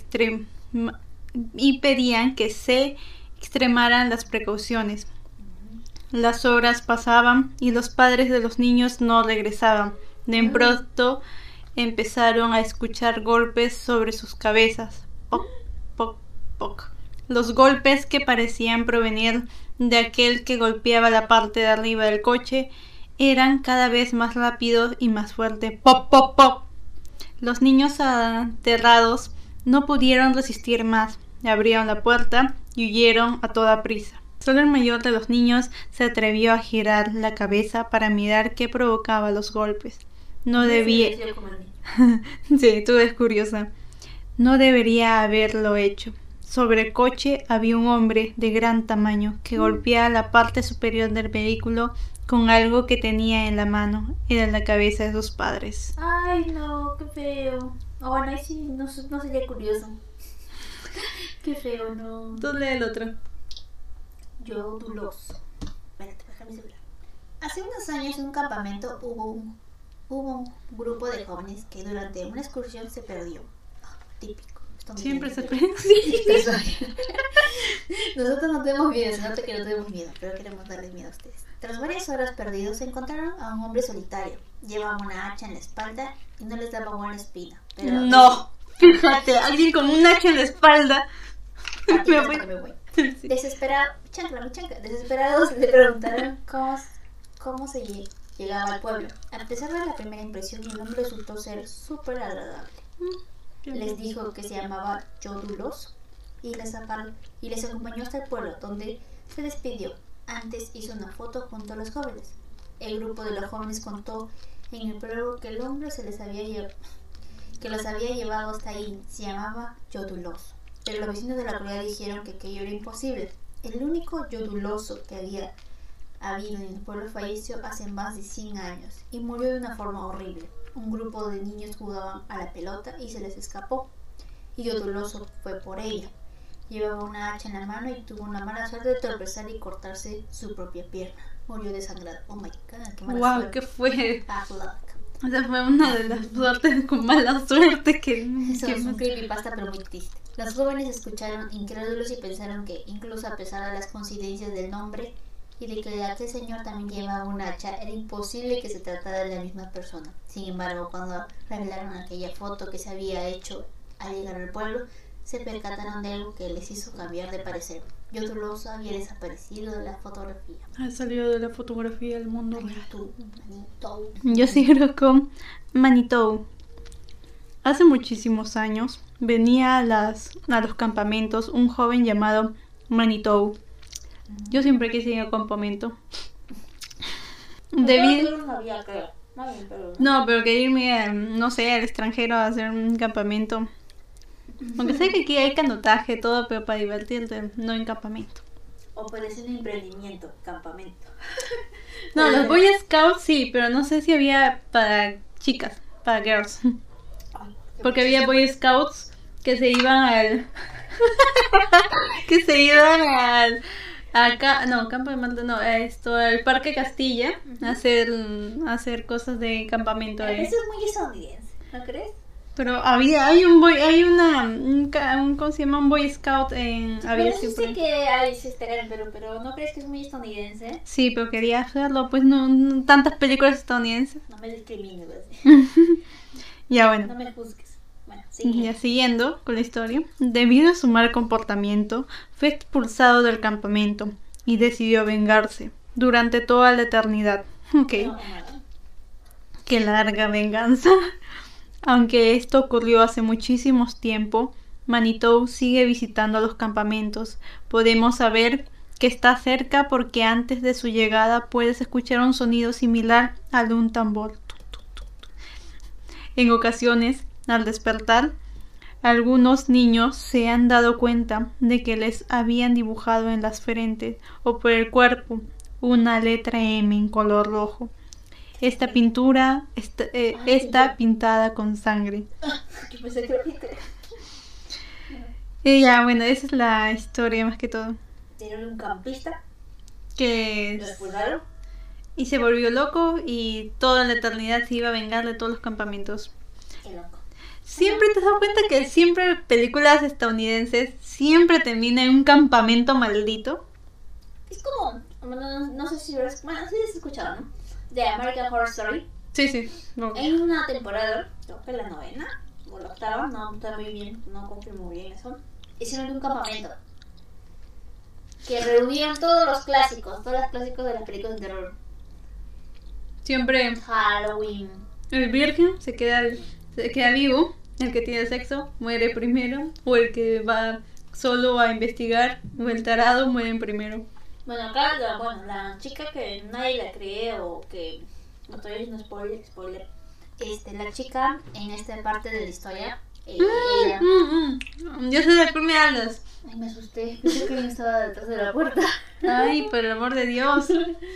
Speaker 2: extremaran las precauciones. Las horas pasaban y los padres de los niños no regresaban. De pronto empezaron a escuchar golpes sobre sus cabezas. Poc, poc, poc. Los golpes, que parecían provenir de aquel que golpeaba la parte de arriba del coche, eran cada vez más rápidos y más fuertes. ¡Pop, pop, pop! Los niños, aterrados, no pudieron resistir más. Abrieron la puerta y huyeron a toda prisa. Solo el mayor de los niños se atrevió a girar la cabeza para mirar qué provocaba los golpes. No debía... Sí, tú eres curiosa. No debería haberlo hecho. Sobre el coche había un hombre de gran tamaño que golpeaba la parte superior del vehículo con algo que tenía en la mano. Era la cabeza de sus padres.
Speaker 1: Ay, no, qué feo. Bueno, ahí sí, no sería curioso. Qué feo, no.
Speaker 2: Tú lee el otro.
Speaker 1: Yo duloso. Espérate, déjame mi celular. Hace unos años en un campamento hubo un grupo de jóvenes que durante una excursión se perdió. Típico.
Speaker 2: Siempre se
Speaker 1: perdió. Nosotros no tenemos miedo, se nota que no tenemos miedo, pero queremos darles miedo a ustedes. Tras varias horas perdidos, encontraron a un hombre solitario. Llevaba una hacha en la espalda y no les daba buena espina. Pero
Speaker 2: no, fíjate, alguien con un hacha en la espalda.
Speaker 1: Me voy. Sí. Desesperados le preguntaron cómo se llegaba al pueblo. A pesar de la primera impresión, el hombre resultó ser súper agradable. Les dijo que se llamaba Yoduloso y les acompañó hasta el pueblo, donde se despidió. Antes hizo una foto junto a los jóvenes. El grupo de los jóvenes contó en el prólogo que el hombre los había llevado hasta ahí. Se llamaba Yoduloso. Pero los vecinos de la comunidad dijeron que aquello era imposible. El único Yoduloso que había habido en el pueblo falleció hace más de 100 años y murió de una forma horrible. Un grupo de niños jugaban a la pelota y se les escapó. Y Yoduloso fue por ella. Llevaba una hacha en la mano y tuvo una mala suerte de tropezar y cortarse su propia pierna. Murió desangrado. Oh my god, qué mala suerte.
Speaker 2: ¿Qué fue?
Speaker 1: Bad luck.
Speaker 2: Esa fue una de las suertes con mala suerte que...
Speaker 1: Eso es un creepypasta pero muy triste. Los jóvenes escucharon incrédulos y pensaron que, incluso a pesar de las coincidencias del nombre y de que aquel señor también llevaba un hacha, era imposible que se tratara de la misma persona. Sin embargo, cuando revelaron aquella foto que se había hecho al llegar al pueblo, se percataron de algo que les hizo cambiar de parecer. Yotuloso había desaparecido de la fotografía.
Speaker 2: Ha salido de la fotografía del mundo real.
Speaker 1: Manitou.
Speaker 2: Yo sigo con Manitou. Hace muchísimos años venía a los campamentos un joven llamado Manitou. Yo siempre quise ir al campamento. No, pero quería irme, no sé, al extranjero a hacer un campamento. Aunque sé que aquí hay canotaje, todo, pero para divertirte, no en campamento.
Speaker 1: O puede ser un emprendimiento, campamento.
Speaker 2: No, los Boy Scouts sí, pero no sé si había para chicas, para girls. Porque había Boy Scouts que se iban al... Acá, no, campamento no, al Parque Castilla a hacer cosas de campamento ahí.
Speaker 1: Eso es muy estadounidense, ¿no crees?
Speaker 2: Pero ¿cómo se llama? Un Boy Scout había
Speaker 1: Pero
Speaker 2: siempre.
Speaker 1: sé que hay en Perú, pero ¿no crees que es muy estadounidense?
Speaker 2: Sí, pero quería hacerlo, pues no tantas películas estadounidenses.
Speaker 1: No me discrimines,
Speaker 2: Ya bueno.
Speaker 1: no me juzgues. Bueno,
Speaker 2: Ya siguiendo con la historia, debido a su mal comportamiento, fue expulsado del campamento y decidió vengarse durante toda la eternidad. Ok, qué larga venganza. Aunque esto ocurrió hace muchísimos tiempo, Manitou sigue visitando los campamentos. Podemos saber que está cerca porque antes de su llegada puedes escuchar un sonido similar al de un tambor. En ocasiones, al despertar, algunos niños se han dado cuenta de que les habían dibujado en las frentes o por el cuerpo una letra M en color rojo. Esta pintura está pintada con sangre.
Speaker 1: Yo pensé que
Speaker 2: Y ya, bueno, esa es la historia más que todo.
Speaker 1: Era un campista,
Speaker 2: Que
Speaker 1: lo expulsaron.
Speaker 2: y se volvió loco y toda la eternidad se iba a vengar de todos los campamentos.
Speaker 1: Qué loco.
Speaker 2: Siempre te has dado cuenta que siempre películas estadounidenses siempre terminan en un campamento maldito.
Speaker 1: Es como, no sé si lo has escuchado, ¿no? De American Horror Story.
Speaker 2: Sí. No.
Speaker 1: En una temporada, creo que la 9ª o la 8ª, no está muy bien, no confirmo muy bien eso. Hicieron un campamento que reunían todos los clásicos de las películas de terror.
Speaker 2: Siempre
Speaker 1: Halloween.
Speaker 2: el virgen se queda vivo, el que tiene sexo muere primero, o el que va solo a investigar, o el tarado mueren primero.
Speaker 1: Bueno, acá la chica que nadie la cree o que no estoy diciendo spoiler. La chica en esta parte de la historia, ella.
Speaker 2: Yo sé de qué me hablas.
Speaker 1: Ay, me asusté, pensé que ella estaba detrás de la puerta.
Speaker 2: Ay, por el amor de Dios.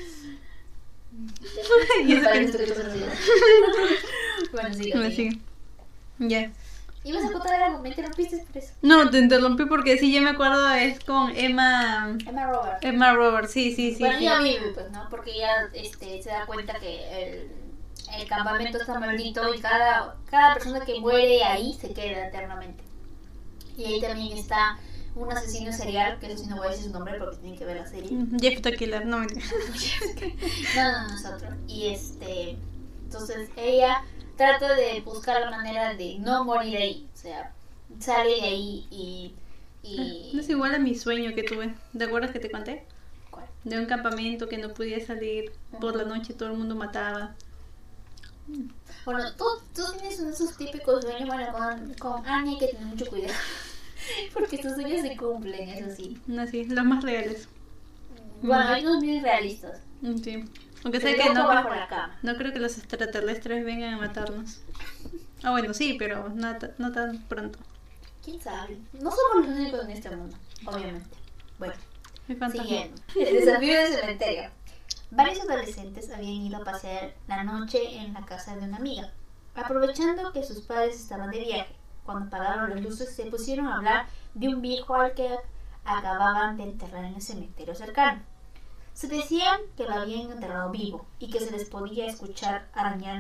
Speaker 1: Y eso que bueno,
Speaker 2: Sí. Ya.
Speaker 1: Ibas a contar algo, me interrumpiste por eso.
Speaker 2: No, te interrumpí porque sí, yo me acuerdo, es con Emma Roberts, sí.
Speaker 1: Bueno, ya vive, pues, ¿no? Porque ella se da cuenta que el campamento está maldito y cada persona que muere ahí se queda eternamente. Y ahí también está un asesino serial, que eso sí no voy a decir su nombre porque tienen que ver la serie.
Speaker 2: Jeff the Killer, no me
Speaker 1: No es otro. Y entonces ella trata de buscar la manera de no morir ahí, o sea, sale de ahí y
Speaker 2: no es igual a mi sueño que tuve. ¿Te acuerdas que te conté?
Speaker 1: ¿Cuál?
Speaker 2: De un campamento que no podía salir por la noche, todo el mundo mataba.
Speaker 1: Bueno, tú tienes uno de esos típicos sueños, bueno, con Annie hay que tener mucho cuidado, porque tus sueños se cumplen, eso sí.
Speaker 2: No, sí, los más reales.
Speaker 1: Bueno, hay unos bien realistas.
Speaker 2: Sí. Aunque sé
Speaker 1: Pero
Speaker 2: que
Speaker 1: luego bajo la cama.
Speaker 2: no creo que los extraterrestres vengan a matarnos. Ah, bueno, sí, pero no tan pronto.
Speaker 1: ¿Quién sabe? No somos los únicos en este mundo, obviamente. Bueno,
Speaker 2: Es fantasía.
Speaker 1: siguiendo. El desafío del cementerio. Varios adolescentes habían ido a pasear la noche en la casa de una amiga. Aprovechando que sus padres estaban de viaje, cuando apagaron las luces se pusieron a hablar de un viejo al que acababan de enterrar en el cementerio cercano. Se decían que lo habían enterrado vivo y que se les podía escuchar arañando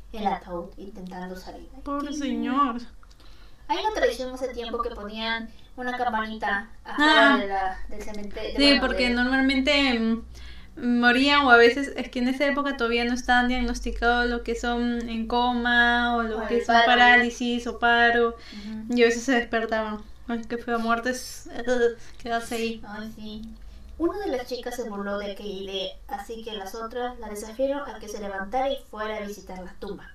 Speaker 1: el ataúd intentando salir.
Speaker 2: Pobre señor.
Speaker 1: Hay una tradición hace tiempo que ponían una campanita afuera del cementerio.
Speaker 2: Sí, porque normalmente morían, o a veces es que en esa época todavía no estaban diagnosticados lo que son en coma o lo que son parálisis o paro, y a veces se despertaban. Ay, qué fea muerte es quedarse ahí.
Speaker 1: Ay, sí. Una de las chicas se burló de aquella idea, así que las otras la desafiaron a que se levantara y fuera a visitar la tumba.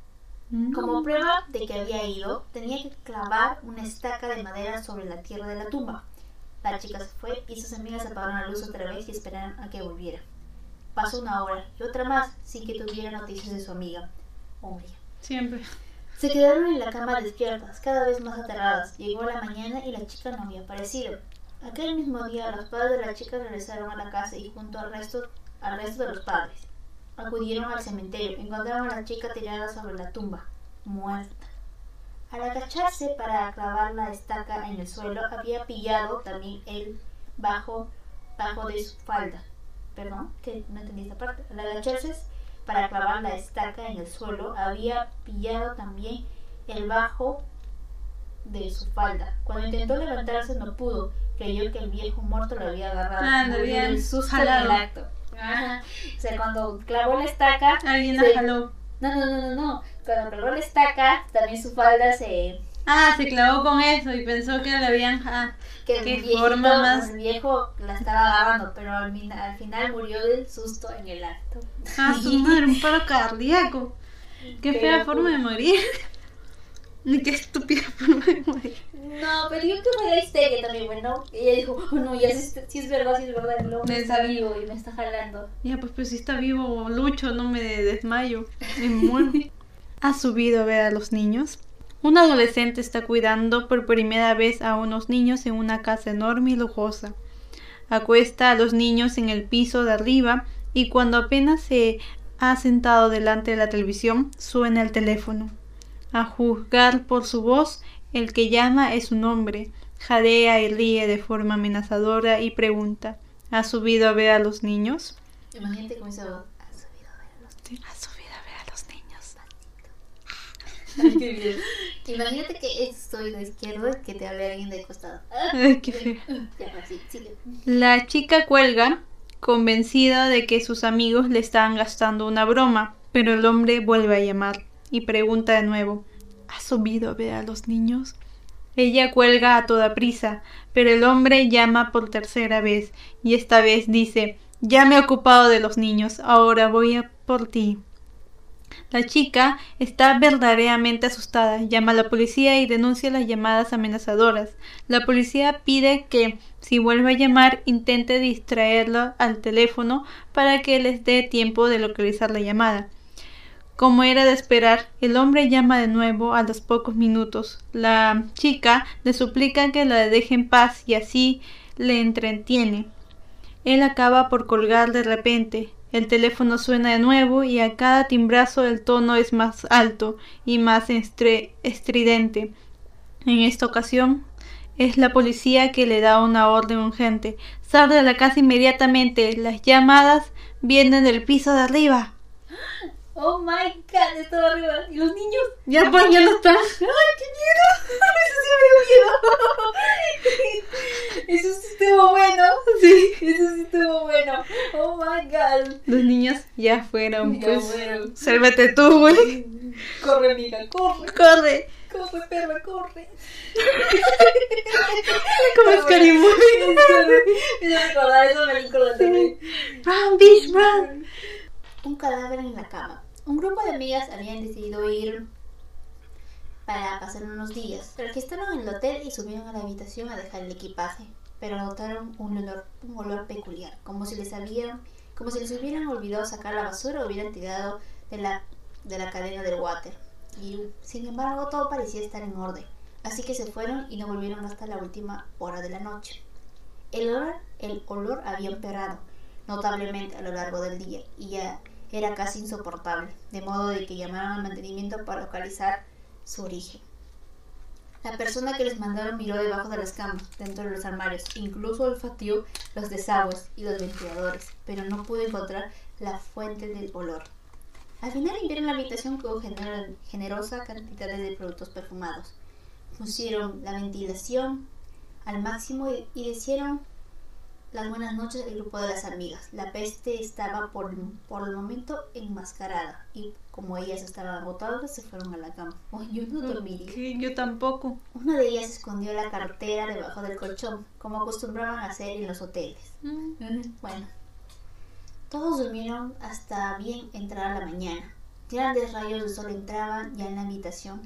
Speaker 1: Como prueba de que había ido, tenía que clavar una estaca de madera sobre la tierra de la tumba. La chica se fue y sus amigas apagaron la luz otra vez y esperaron a que volviera. Pasó una hora y otra más sin que tuviera noticias de su amiga. Hombre.
Speaker 2: Siempre.
Speaker 1: Se quedaron en la cama despiertas, cada vez más aterradas. Llegó la mañana y la chica no había aparecido. Aquel mismo día los padres de la chica regresaron a la casa y junto al resto de los padres acudieron al cementerio. Encontraron a la chica tirada sobre la tumba, muerta. Al agacharse para clavar la estaca en el suelo, había pillado también el bajo de su falda. Perdón, que no entendí esta parte. Al agacharse para clavar la estaca en el suelo, había pillado también el bajo de su falda. Cuando intentó levantarse no pudo. Creyó que el viejo muerto lo había agarrado.
Speaker 2: Lo había
Speaker 1: el susto
Speaker 2: jalado.
Speaker 1: en el acto. O sea, cuando clavó la estaca,
Speaker 2: Alguien la jaló.
Speaker 1: No. Cuando clavó la estaca, también su falda se
Speaker 2: clavó con eso y pensó que le habían...
Speaker 1: que
Speaker 2: qué
Speaker 1: el viejito,
Speaker 2: forma más...
Speaker 1: el viejo la estaba agarrando, pero al final murió del susto en el acto.
Speaker 2: Su madre, un paro cardíaco. Qué fea forma de morir. Ni qué estúpida forma de morir.
Speaker 1: No, pero yo creo que la histeria también, bueno. Ella dijo, no, ya sí es verdad, el hombre está vivo y me está jalando.
Speaker 2: Ya, pues si está vivo, lucho, no me desmayo, me muero. ¿Has subido a ver a los niños? Un adolescente está cuidando por primera vez a unos niños en una casa enorme y lujosa. Acuesta a los niños en el piso de arriba y cuando apenas se ha sentado delante de la televisión, suena el teléfono. A juzgar por su voz, el que llama es un hombre. Jadea y ríe de forma amenazadora y pregunta: ¿has subido a ver a los niños?
Speaker 1: Imagínate cómo esa voz. ¿Has subido a ver a los niños?
Speaker 2: ¿Has subido a ver a los niños?
Speaker 1: Ay, qué bien. Imagínate que estoy de izquierda y que te hable alguien de costado.
Speaker 2: Ay, qué feo.
Speaker 1: Ya, así, sigue.
Speaker 2: La chica cuelga, convencida de que sus amigos le están gastando una broma, pero el hombre vuelve a llamar y pregunta de nuevo: ¿has subido a ver a los niños? Ella cuelga a toda prisa, pero el hombre llama por tercera vez y esta vez dice: ya me he ocupado de los niños, ahora voy a por ti. La chica está verdaderamente asustada, llama a la policía y denuncia las llamadas amenazadoras. La policía pide que, si vuelve a llamar, intente distraerlo al teléfono para que les dé tiempo de localizar la llamada. Como era de esperar, el hombre llama de nuevo a los pocos minutos. La chica le suplica que la deje en paz y así le entretiene. Él acaba por colgar de repente. El teléfono suena de nuevo y a cada timbrazo el tono es más alto y más estridente. En esta ocasión es la policía que le da una orden urgente. Sal de la casa inmediatamente. Las llamadas vienen del piso de arriba.
Speaker 1: Oh my god, estaba arriba. ¿Y los niños?
Speaker 2: Ya pues, ya no están.
Speaker 1: ¡Ay, qué miedo! Eso sí estuvo bueno.
Speaker 2: Sí.
Speaker 1: Eso sí estuvo bueno. Oh my god.
Speaker 2: Los niños ya fueron,
Speaker 1: Ya
Speaker 2: pues.
Speaker 1: fueron.
Speaker 2: Sálvate tú, güey.
Speaker 1: Corre, amiga, corre.
Speaker 2: Corre.
Speaker 1: Corre, perra, corre.
Speaker 2: Como es Scary Movie.
Speaker 1: Me hizo recordar esa película también.
Speaker 2: Run, bitch, run.
Speaker 1: Un cadáver en la cama. Un grupo de amigas habían decidido ir para pasar unos días. Registraron en el hotel y subieron a la habitación a dejar el equipaje, pero notaron un olor peculiar, como si les hubieran olvidado sacar la basura o hubieran tirado de la cadena del water. Y sin embargo todo parecía estar en orden, así que se fueron y no volvieron hasta la última hora de la noche. El olor había empeorado notablemente a lo largo del día y ya era casi insoportable, de modo de que llamaron al mantenimiento para localizar su origen. La persona que les mandaron miró debajo de las camas, dentro de los armarios, incluso olfateó los desagües y los ventiladores, pero no pudo encontrar la fuente del olor. Al final limpiaron la habitación con generosa cantidades de productos perfumados. Pusieron la ventilación al máximo y hicieron las buenas noches al grupo de las amigas. La peste estaba por el momento enmascarada y como ellas estaban agotadas se fueron a la cama. Yo no dormiría.
Speaker 2: Okay, yo tampoco.
Speaker 1: Una de ellas escondió la cartera debajo del colchón, como acostumbraban a hacer en los hoteles. Bueno, todos durmieron hasta bien entrada la mañana. Grandes rayos de sol entraban ya en la habitación,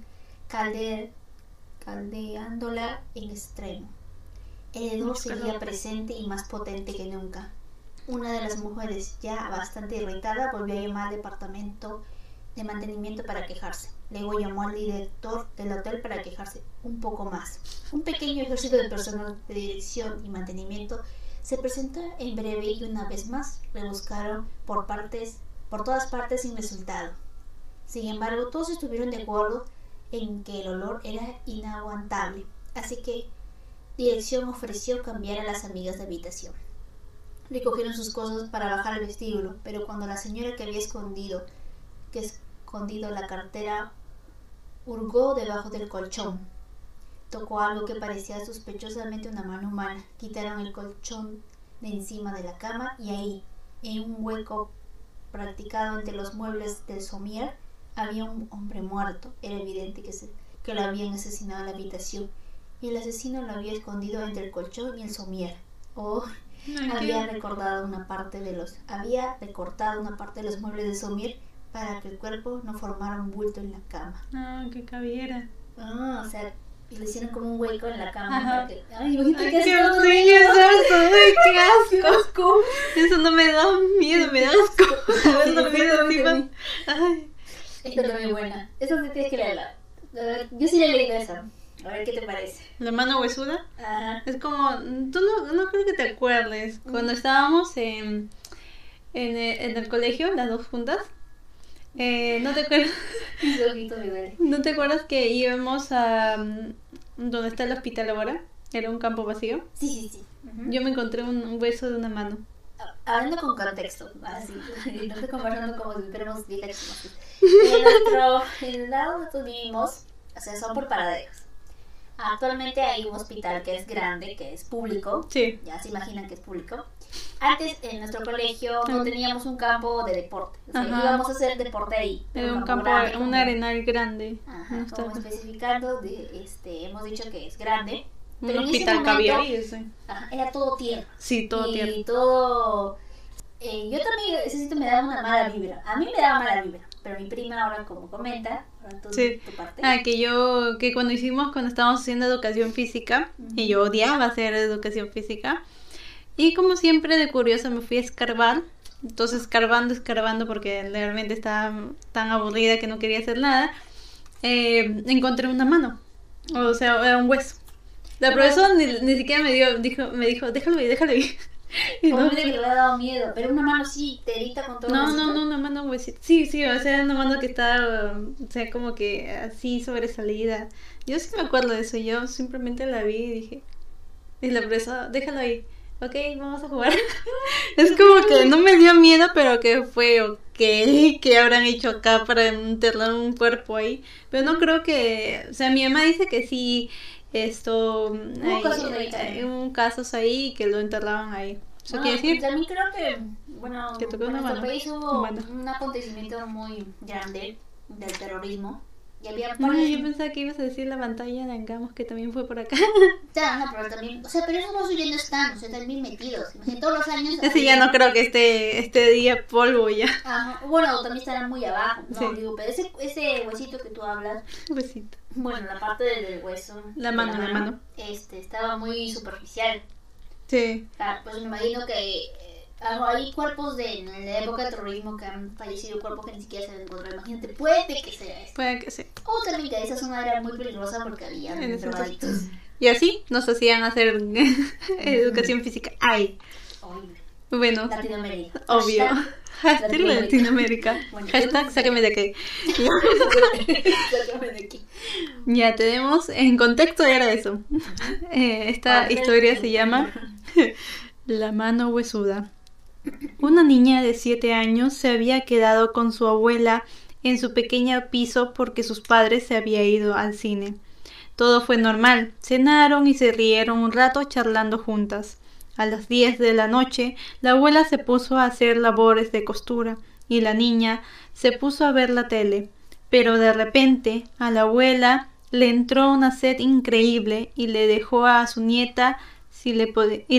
Speaker 1: caldeándola en extremo. El hedor seguía presente y más potente que nunca. Una de las mujeres, ya bastante irritada, volvió a llamar al departamento de mantenimiento para quejarse. Luego llamó al director del hotel para quejarse un poco más. Un pequeño ejército de personal de dirección y mantenimiento se presentó en breve y una vez más rebuscaron por todas partes sin resultado. Sin embargo, todos estuvieron de acuerdo en que el olor era inaguantable, así que dirección ofreció cambiar a las amigas de habitación. Recogieron sus cosas para bajar al vestíbulo, pero cuando la señora que había escondido la cartera hurgó debajo del colchón, tocó algo que parecía sospechosamente una mano humana. Quitaron el colchón de encima de la cama y ahí, en un hueco practicado entre los muebles del somier, había un hombre muerto. Era evidente que lo habían asesinado en la habitación y el asesino lo había escondido entre el colchón y el somier. Había recortado una parte de los muebles del somier para que el cuerpo no formara un bulto en la cama.
Speaker 2: Que cabiera.
Speaker 1: O sea, y le hicieron como un hueco en la cama.
Speaker 2: Ajá.
Speaker 1: Para que,
Speaker 2: qué asco. Eso no me da miedo, me da asco. Haber dormido encima. Ay.
Speaker 1: Esta es muy buena. Esa sí tienes que leerla. Yo sí le he leído esa. A ver qué te parece.
Speaker 2: La mano huesuda.
Speaker 1: Ajá.
Speaker 2: Es como, tú no creo que te acuerdes. Cuando estábamos en el colegio, las dos juntas. ¿No te acuerdas? ¿No te acuerdas que íbamos a donde está el hospital ahora? Era un campo vacío.
Speaker 1: Sí.
Speaker 2: Yo me encontré un hueso de una mano.
Speaker 1: Hablando con contexto, así, no estoy conversando como si fuéramos viejas. En el lado donde nosotros vivimos, o sea, son por paraderos. Actualmente hay un hospital que es grande, que es público.
Speaker 2: Sí.
Speaker 1: Ya se imaginan que es público. Antes en nuestro colegio no teníamos un campo de deporte. O sea, íbamos a hacer deporte ahí.
Speaker 2: Era un campo, un arenal grande.
Speaker 1: Ajá, como especificando, hemos dicho que es grande.
Speaker 2: Un hospital que había ahí, sí.
Speaker 1: Era todo tierra.
Speaker 2: Sí, todo tierra.
Speaker 1: Y todo... yo también, ese sitio me daba una mala vibra. A mí me daba mala vibra. Pero mi prima ahora, como comenta, tu parte.
Speaker 2: Que cuando estábamos haciendo educación física, y yo odiaba hacer educación física, y como siempre de curiosa me fui a escarbar. Entonces escarbando porque realmente estaba tan aburrida que no quería hacer nada, encontré una mano, o sea, era un hueso. La profesora ni siquiera me dijo, déjalo ahí.
Speaker 1: Y no, que le había dado miedo, pero una mano sí, terita con todo.
Speaker 2: No, una mano huesita. Sí, o sea, una mano que estaba, o sea, como que así sobresalida. Yo sí me acuerdo de eso, yo simplemente la vi y dije, y la profesora, déjalo ahí. Ok, vamos a jugar. Es como que no me dio miedo, pero que fue que habrán hecho acá para enterrar un cuerpo ahí. Pero no creo que, o sea, mi mamá dice que sí, hubo casos ahí que lo enterraban ahí. ¿Eso quiere decir?
Speaker 1: También creo que,
Speaker 2: que tocó
Speaker 1: en nuestro país hubo
Speaker 2: bueno,
Speaker 1: un acontecimiento muy grande del terrorismo. Y había
Speaker 2: yo pensaba que ibas a decir la pantalla de Angamos, que también fue por acá.
Speaker 1: Pero también, o sea, pero esos ya no están, o sea, están bien metidos. Imagínate, todos los años.
Speaker 2: Ese ya no creo que este día polvo ya.
Speaker 1: Ajá. Bueno, también estarán muy abajo. No,
Speaker 2: sí.
Speaker 1: Digo, pero ese huesito que tú hablas.
Speaker 2: Huesito.
Speaker 1: Bueno, la parte del hueso.
Speaker 2: La mano.
Speaker 1: Estaba muy superficial.
Speaker 2: Sí.
Speaker 1: Pues me imagino que hay cuerpos en la época del terrorismo que han fallecido, cuerpos que ni siquiera se han encontrado. Imagínate, puede que sea eso.
Speaker 2: Puede que sí.
Speaker 1: O también que esa zona era muy peligrosa porque había drogadictos.
Speaker 2: Y así nos hacían hacer educación física. Ay. Bueno.
Speaker 1: Latinoamérica.
Speaker 2: Obvio. Hashtag Latinoamérica.
Speaker 1: Bueno,
Speaker 2: hashtag sáqueme de aquí.
Speaker 1: Sáqueme de aquí.
Speaker 2: Ya tenemos, en contexto era eso. Esta historia se llama La mano huesuda. Una niña de 7 años se había quedado con su abuela en su pequeño piso porque sus padres se habían ido al cine. Todo fue normal. Cenaron y se rieron un rato charlando juntas. A las 10 de la noche, la abuela se puso a hacer labores de costura y la niña se puso a ver la tele. Pero de repente a la abuela le entró una sed increíble y le dijo a su nieta si le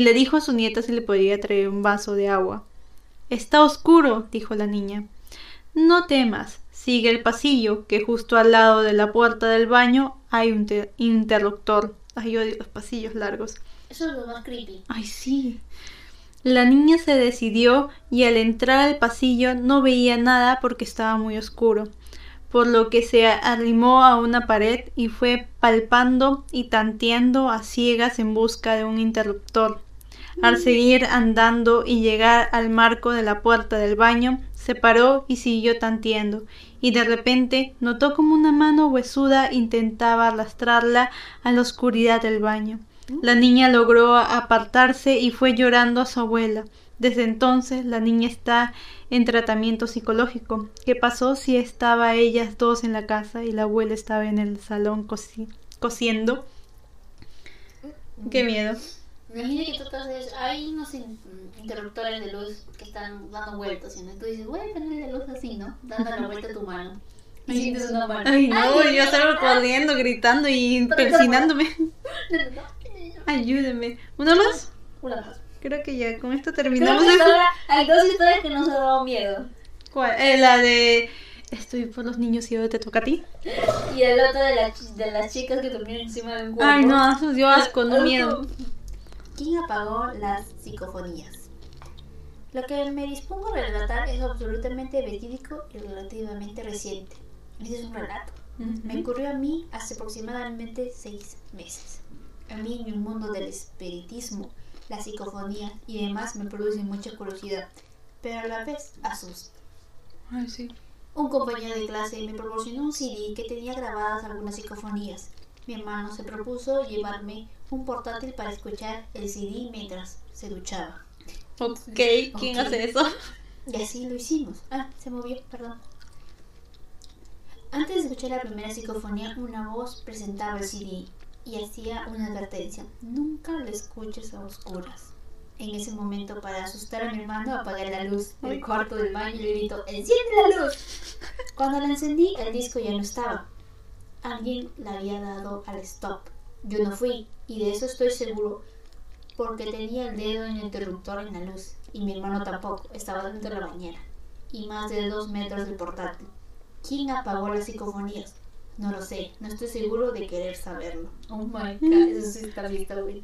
Speaker 2: podía traer un vaso de agua. Está oscuro, dijo la niña. No temas, sigue el pasillo, que justo al lado de la puerta del baño hay un interruptor. Ay, odio los pasillos largos.
Speaker 1: Eso es lo más creepy.
Speaker 2: Ay, sí. La niña se decidió y al entrar al pasillo no veía nada porque estaba muy oscuro, por lo que se arrimó a una pared y fue palpando y tanteando a ciegas en busca de un interruptor. Al seguir andando y llegar al marco de la puerta del baño, se paró y siguió tanteando, y de repente notó como una mano huesuda intentaba arrastrarla a la oscuridad del baño. La niña logró apartarse y fue llorando a su abuela. Desde entonces la niña está en tratamiento psicológico. ¿Qué pasó si estaba ellas dos en la casa y la abuela estaba en el salón cosiendo? Qué miedo.
Speaker 1: Imagina que tú estás, hay unos interruptores de luz que están dando vueltas, ¿no? Tú dices, voy a poner la luz así, ¿no? Dando la vuelta a tu mano. Y sientes una mano.
Speaker 2: Ay, no, yo salgo corriendo, gritando y persinándome. Ayúdenme. ¿Una más?
Speaker 1: Una más.
Speaker 2: Creo que ya con esto terminamos.
Speaker 1: Hay dos historias que nos han dado miedo.
Speaker 2: ¿Cuál? La de estoy por los niños y ahora te toca a ti.
Speaker 1: Y el otro de las chicas que dormían encima de un cuerpo.
Speaker 2: Ay, no, eso dio asco, no miedo.
Speaker 1: ¿Quién apagó las psicofonías? Lo que me dispongo a relatar es absolutamente verídico y relativamente reciente. Ese es un relato. Me ocurrió a mí hace aproximadamente 6 meses. A mí en el mundo del espiritismo, la psicofonía y demás me producen mucha curiosidad, pero a la vez asusta.
Speaker 2: Ay, sí.
Speaker 1: Un compañero de clase me proporcionó un CD que tenía grabadas algunas psicofonías. Mi hermano se propuso llevarme un portátil para escuchar el CD mientras se duchaba.
Speaker 2: Ok, ¿quién hace eso?
Speaker 1: Y así lo hicimos. Ah, se movió, perdón. Antes de escuchar la primera psicofonía, una voz presentaba el CD y hacía una advertencia. Nunca lo escuches a oscuras. En ese momento, para asustar a mi hermano, apagué la luz del cuarto del baño y le gritó, ¡enciende la luz! Cuando la encendí, el disco ya no estaba. Alguien le había dado al stop. Yo no fui, y de eso estoy seguro, porque tenía el dedo en el interruptor en la luz, y mi hermano tampoco, estaba dentro de la bañera, y más de 2 metros del portátil. ¿Quién apagó las psicofonías? No lo sé, no estoy seguro de querer saberlo. Oh my god, eso sí está bien.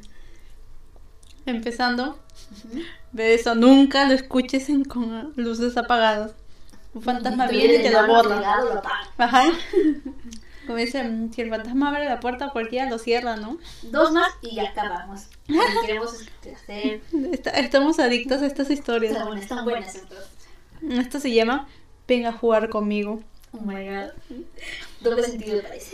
Speaker 2: Empezando, de eso, nunca lo escuches con luces apagadas. Un fantasma viene y te lo borra. Ajá. Como dicen, si el fantasma abre la puerta, cualquiera lo cierra, ¿no?
Speaker 1: 2 más y ya acabamos. Queremos hacer...
Speaker 2: Estamos adictos a estas historias.
Speaker 1: Están buenas entonces.
Speaker 2: Esto se llama Ven a jugar conmigo.
Speaker 1: Oh my god. Doble sentido parece.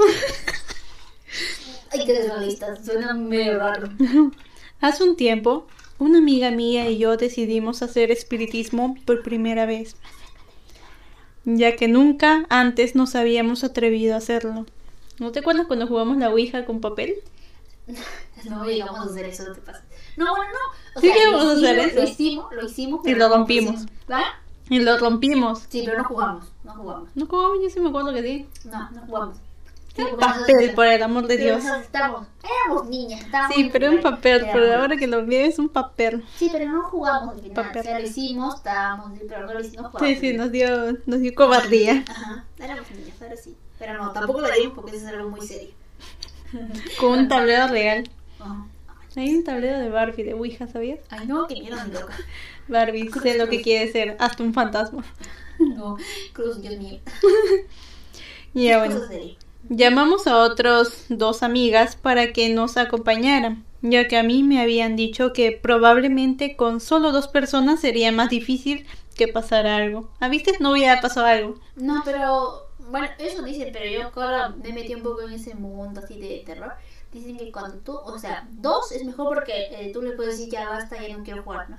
Speaker 1: Ay, qué desrealista. Suena medio raro.
Speaker 2: Hace un tiempo, una amiga mía y yo decidimos hacer espiritismo por primera vez, ya que nunca antes nos habíamos atrevido a hacerlo. ¿No te acuerdas cuando jugamos la Ouija con papel?
Speaker 1: No llegamos a hacer eso, no te pases. No, bueno, no. O
Speaker 2: sí,
Speaker 1: sea,
Speaker 2: llegamos a hacer eso.
Speaker 1: Lo hicimos.
Speaker 2: Y lo rompimos.
Speaker 1: ¿Va?
Speaker 2: Y lo rompimos.
Speaker 1: Sí, pero no jugamos.
Speaker 2: ¿No jugamos? Yo sí me acuerdo que sí.
Speaker 1: No jugamos. Sí,
Speaker 2: papel, por el amor de Dios.
Speaker 1: Éramos niñas.
Speaker 2: Sí, pero un papel, pero ahora que lo veo es un papel.
Speaker 1: Sí, pero no jugamos al final. O sea, lo hicimos, estábamos, pero no lo hicimos.
Speaker 2: Sí, nos dio cobardía.
Speaker 1: Ajá, éramos niñas, ahora sí. Pero no, tampoco lo haríamos porque eso es algo muy serio.
Speaker 2: Con un tablero real. Hay un tablero de Barbie, de Ouija, ¿sabías?
Speaker 1: Ay, no, que miedo, mi loca.
Speaker 2: Barbie, sé lo que quiere ser, hasta un fantasma.
Speaker 1: No, Cruz, Dios mío.
Speaker 2: Ya bueno. Llamamos a otros 2 amigas para que nos acompañaran, ya que a mí me habían dicho que probablemente con solo 2 personas sería más difícil que pasara algo. ¿Ah, viste? No hubiera pasado algo.
Speaker 1: No, pero... Bueno, eso dicen, pero yo ahora me metí un poco en ese mundo así de terror. Dicen que cuando tú... O sea, 2 es mejor porque tú le puedes decir ya basta, ya no quiero jugar, ¿no?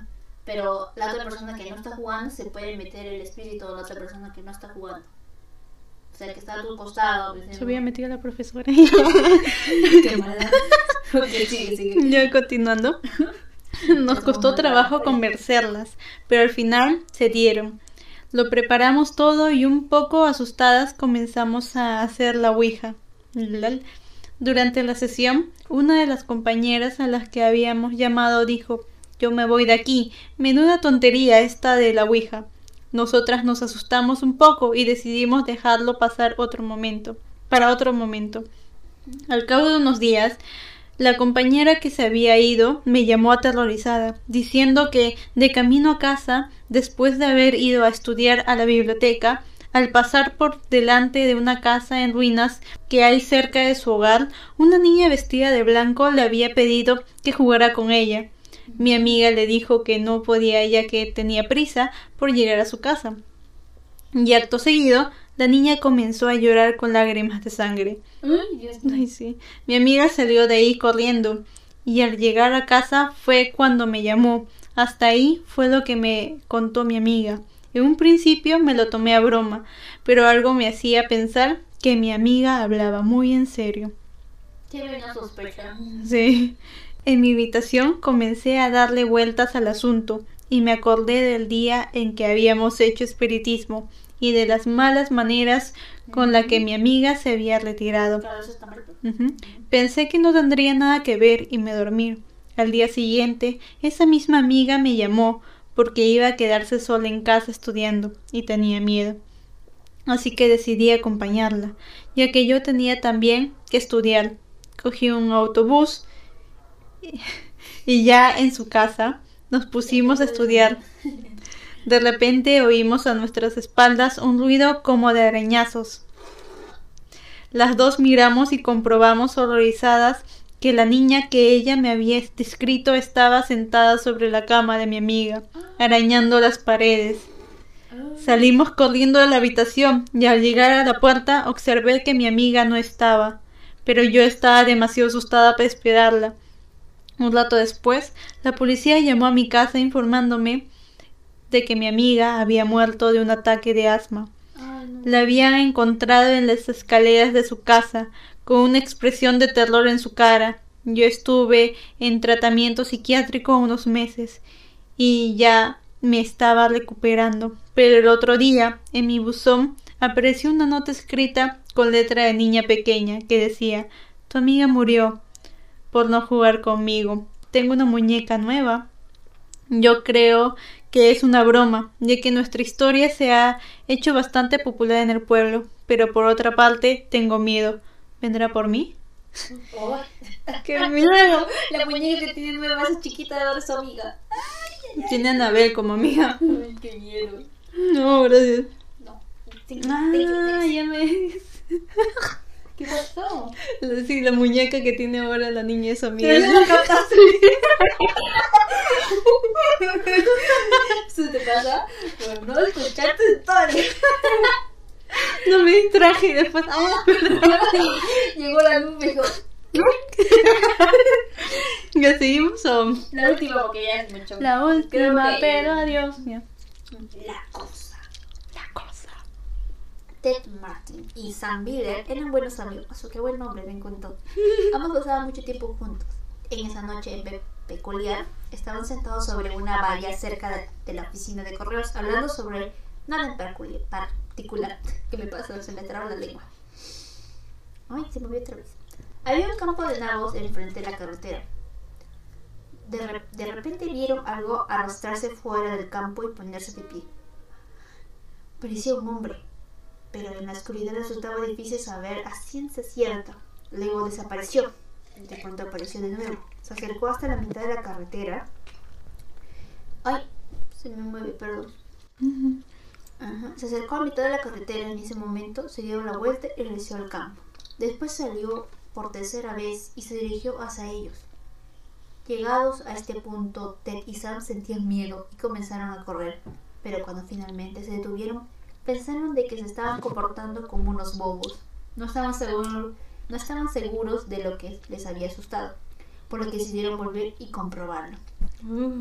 Speaker 1: pero la otra persona que no está jugando se puede meter el espíritu de la otra persona que no está jugando. O sea, que está a tu costado.
Speaker 2: Se había metido la profesora.
Speaker 1: Qué mala. Ok, sigue.
Speaker 2: Ya continuando. Nos costó trabajo convencerlas, pero al final se dieron. Lo preparamos todo y un poco asustadas comenzamos a hacer la ouija. Durante la sesión, una de las compañeras a las que habíamos llamado dijo: yo me voy de aquí, menuda tontería esta de la ouija. Nosotras nos asustamos un poco y decidimos dejarlo pasar para otro momento. Al cabo de unos días, la compañera que se había ido me llamó aterrorizada, diciendo que de camino a casa, después de haber ido a estudiar a la biblioteca, al pasar por delante de una casa en ruinas que hay cerca de su hogar, una niña vestida de blanco le había pedido que jugara con ella. Mi amiga le dijo que no podía ya que tenía prisa por llegar a su casa. Y acto seguido, la niña comenzó a llorar con lágrimas de sangre. Ay, sí. Mi amiga salió de ahí corriendo y al llegar a casa fue cuando me llamó. Hasta ahí fue lo que me contó mi amiga. En un principio me lo tomé a broma, pero algo me hacía pensar que mi amiga hablaba muy en serio.
Speaker 1: Tiene una sospecha.
Speaker 2: Sí. En mi habitación comencé a darle vueltas al asunto y me acordé del día en que habíamos hecho espiritismo y de las malas maneras con la que mi amiga se había retirado.
Speaker 1: Claro, eso está mal.
Speaker 2: Pensé que no tendría nada que ver y me dormí. Al día siguiente, esa misma amiga me llamó porque iba a quedarse sola en casa estudiando y tenía miedo. Así que decidí acompañarla, ya que yo tenía también que estudiar. Cogí un autobús y ya en su casa nos pusimos a estudiar. De repente oímos a nuestras espaldas un ruido como de arañazos. Las dos miramos y comprobamos horrorizadas que la niña que ella me había descrito estaba sentada sobre la cama de mi amiga, arañando las paredes. Salimos corriendo de la habitación y al llegar a la puerta observé que mi amiga no estaba, pero yo estaba demasiado asustada para esperarla. Un rato después, la policía llamó a mi casa informándome de que mi amiga había muerto de un ataque de asma. La habían encontrado en las escaleras de su casa, con una expresión de terror en su cara. Yo estuve en tratamiento psiquiátrico unos meses y ya me estaba recuperando. Pero el otro día, en mi buzón, apareció una nota escrita con letra de niña pequeña que decía: tu amiga murió por no jugar conmigo. Tengo una muñeca nueva. Yo creo que es una broma, ya que nuestra historia se ha hecho bastante popular en el pueblo, pero por otra parte tengo miedo. ¿Vendrá por mí?
Speaker 1: Oh.
Speaker 2: ¡Qué miedo!
Speaker 1: La muñeca que tiene nueva, esa chiquita de ahora es su amiga.
Speaker 2: Tiene a Anabel como amiga.
Speaker 1: Ay, qué miedo.
Speaker 2: No, gracias.
Speaker 1: No.
Speaker 2: Ya me...
Speaker 1: ¿Qué pasó?
Speaker 2: Sí, la muñeca que tiene ahora la niña es su amiga.
Speaker 1: ¿Eso te pasa? Por no escuchar tu historia.
Speaker 2: No me distraje y después...
Speaker 1: Llegó la luz, me dijo...
Speaker 2: ¿Ya seguimos o...?
Speaker 1: La última, porque ya es mucho.
Speaker 2: La última,
Speaker 1: que-
Speaker 2: pero adiós. Ya.
Speaker 1: La cosa.
Speaker 2: cosa.
Speaker 1: Ted Martin y Sam Miller eran buenos amigos. Qué buen nombre, me encantó. Ambos pasaban mucho tiempo juntos. En esa noche peculiar, estaban sentados sobre una valla cerca de la oficina de correos, hablando sobre nada en particular. ¿Qué me pasa? Se me traba la lengua. Ay, se movió otra vez. Había un campo de nabos enfrente de la carretera. De repente vieron algo arrastrarse fuera del campo y ponerse de pie. Parecía un hombre, pero en la oscuridad resultaba difícil saber a ciencia cierta. Luego desapareció. De pronto apareció de nuevo. Se acercó hasta la mitad de la carretera. Ay, se me mueve, perdón. Ajá. Se acercó a la mitad de la carretera. En ese momento se dio la vuelta y regresó al campo. Después salió por tercera vez y se dirigió hacia ellos. Llegados a este punto, Ted y Sam sentían miedo y comenzaron a correr. Pero cuando finalmente se detuvieron, pensaron de que se estaban comportando como unos bobos. No estaban seguros de lo que les había asustado, por lo que decidieron volver y comprobarlo.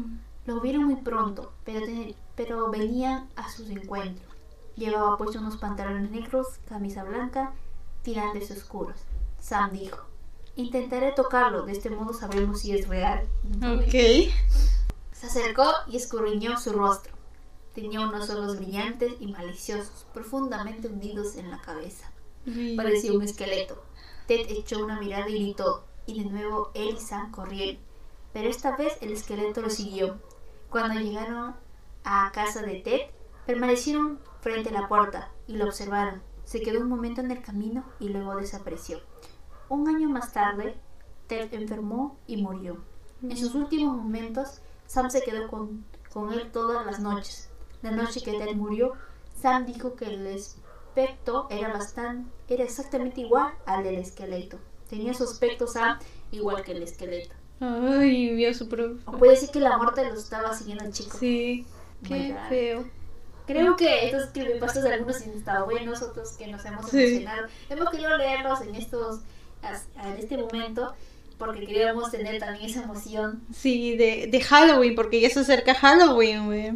Speaker 1: Lo vieron muy pronto, pero venían a sus encuentros. Llevaba puestos unos pantalones negros, camisa blanca, tirantes oscuros. Sam dijo: intentaré tocarlo, de este modo sabremos si es real.
Speaker 2: Ok.
Speaker 1: Se acercó y escudriñó su rostro. Tenía unos ojos brillantes y maliciosos, profundamente hundidos en la cabeza. Parecía un esqueleto. Ted echó una mirada y gritó, y de nuevo él y Sam corrieron. Pero esta vez el esqueleto lo siguió. Cuando llegaron a casa de Ted, permanecieron frente a la puerta y lo observaron. Se quedó un momento en el camino y luego desapareció. Un año más tarde, Ted enfermó y murió. En sus últimos momentos, Sam se quedó con él todas las noches. La noche que Ted murió, Sam dijo que el aspecto era exactamente igual al del esqueleto. Tenía su aspecto Sam igual que el esqueleto.
Speaker 2: Ay, vio su propio.
Speaker 1: O puede decir que la muerte lo estaba siguiendo al chico.
Speaker 2: Sí, qué feo.
Speaker 1: Creo que estos creepypastas de algunos han estado buenos, otros que nos hemos emocionado. Hemos querido leerlos en este momento porque queríamos tener también esa emoción.
Speaker 2: Sí, de Halloween, porque ya se acerca Halloween, güey.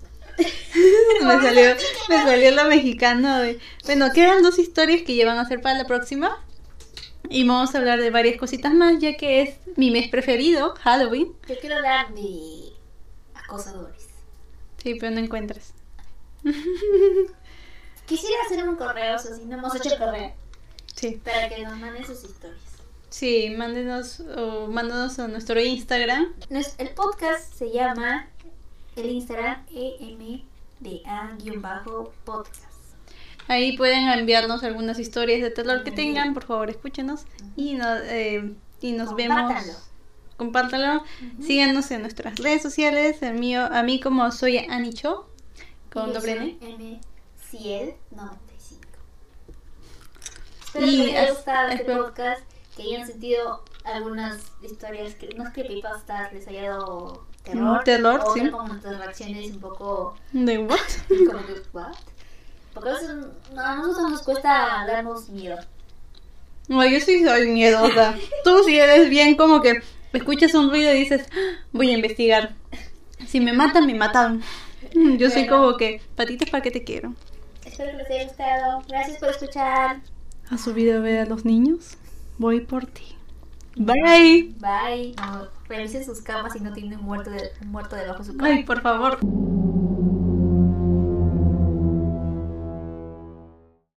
Speaker 2: me salió lo mexicano, güey. Bueno, quedan 2 historias que ya van a ser para la próxima. Y vamos a hablar de varias cositas más, ya que es mi mes preferido, Halloween.
Speaker 1: Yo quiero hablar de acosadores.
Speaker 2: Sí, pero no encuentras.
Speaker 1: Quisiera hacer un correo, o sea, si no hemos hecho el correo.
Speaker 2: Sí.
Speaker 1: Para que nos manden sus historias.
Speaker 2: Sí, mándenos a nuestro Instagram.
Speaker 1: El podcast se llama el Instagram EMDA-podcast.
Speaker 2: Ahí pueden enviarnos algunas historias de terror que tengan, por favor escúchenos y nos vemos. Compártalo. Síganos en nuestras redes sociales. A mí como soy Anicho con doble N.
Speaker 1: MCiel95. Espero que les haya gustado este podcast, que hayan sentido algunas historias, unos creepypastas, les haya dado terror, o
Speaker 2: sí.
Speaker 1: como nuestras reacciones un poco
Speaker 2: ¿de what?
Speaker 1: como de what. Porque a veces a nosotros nos cuesta darnos miedo.
Speaker 2: No, yo sí soy miedosa. Tú sí eres bien como que escuchas un ruido y dices, voy a investigar. Si me matan, me matan. Yo soy como que, patitas, ¿para qué te quiero?
Speaker 1: Espero que les haya gustado. Gracias por escuchar.
Speaker 2: ¿Has subido a ver a los niños? Voy por ti. Bye.
Speaker 1: Bye. No, revisen sus camas si no tienen un muerto debajo de su cama.
Speaker 2: Ay, por favor.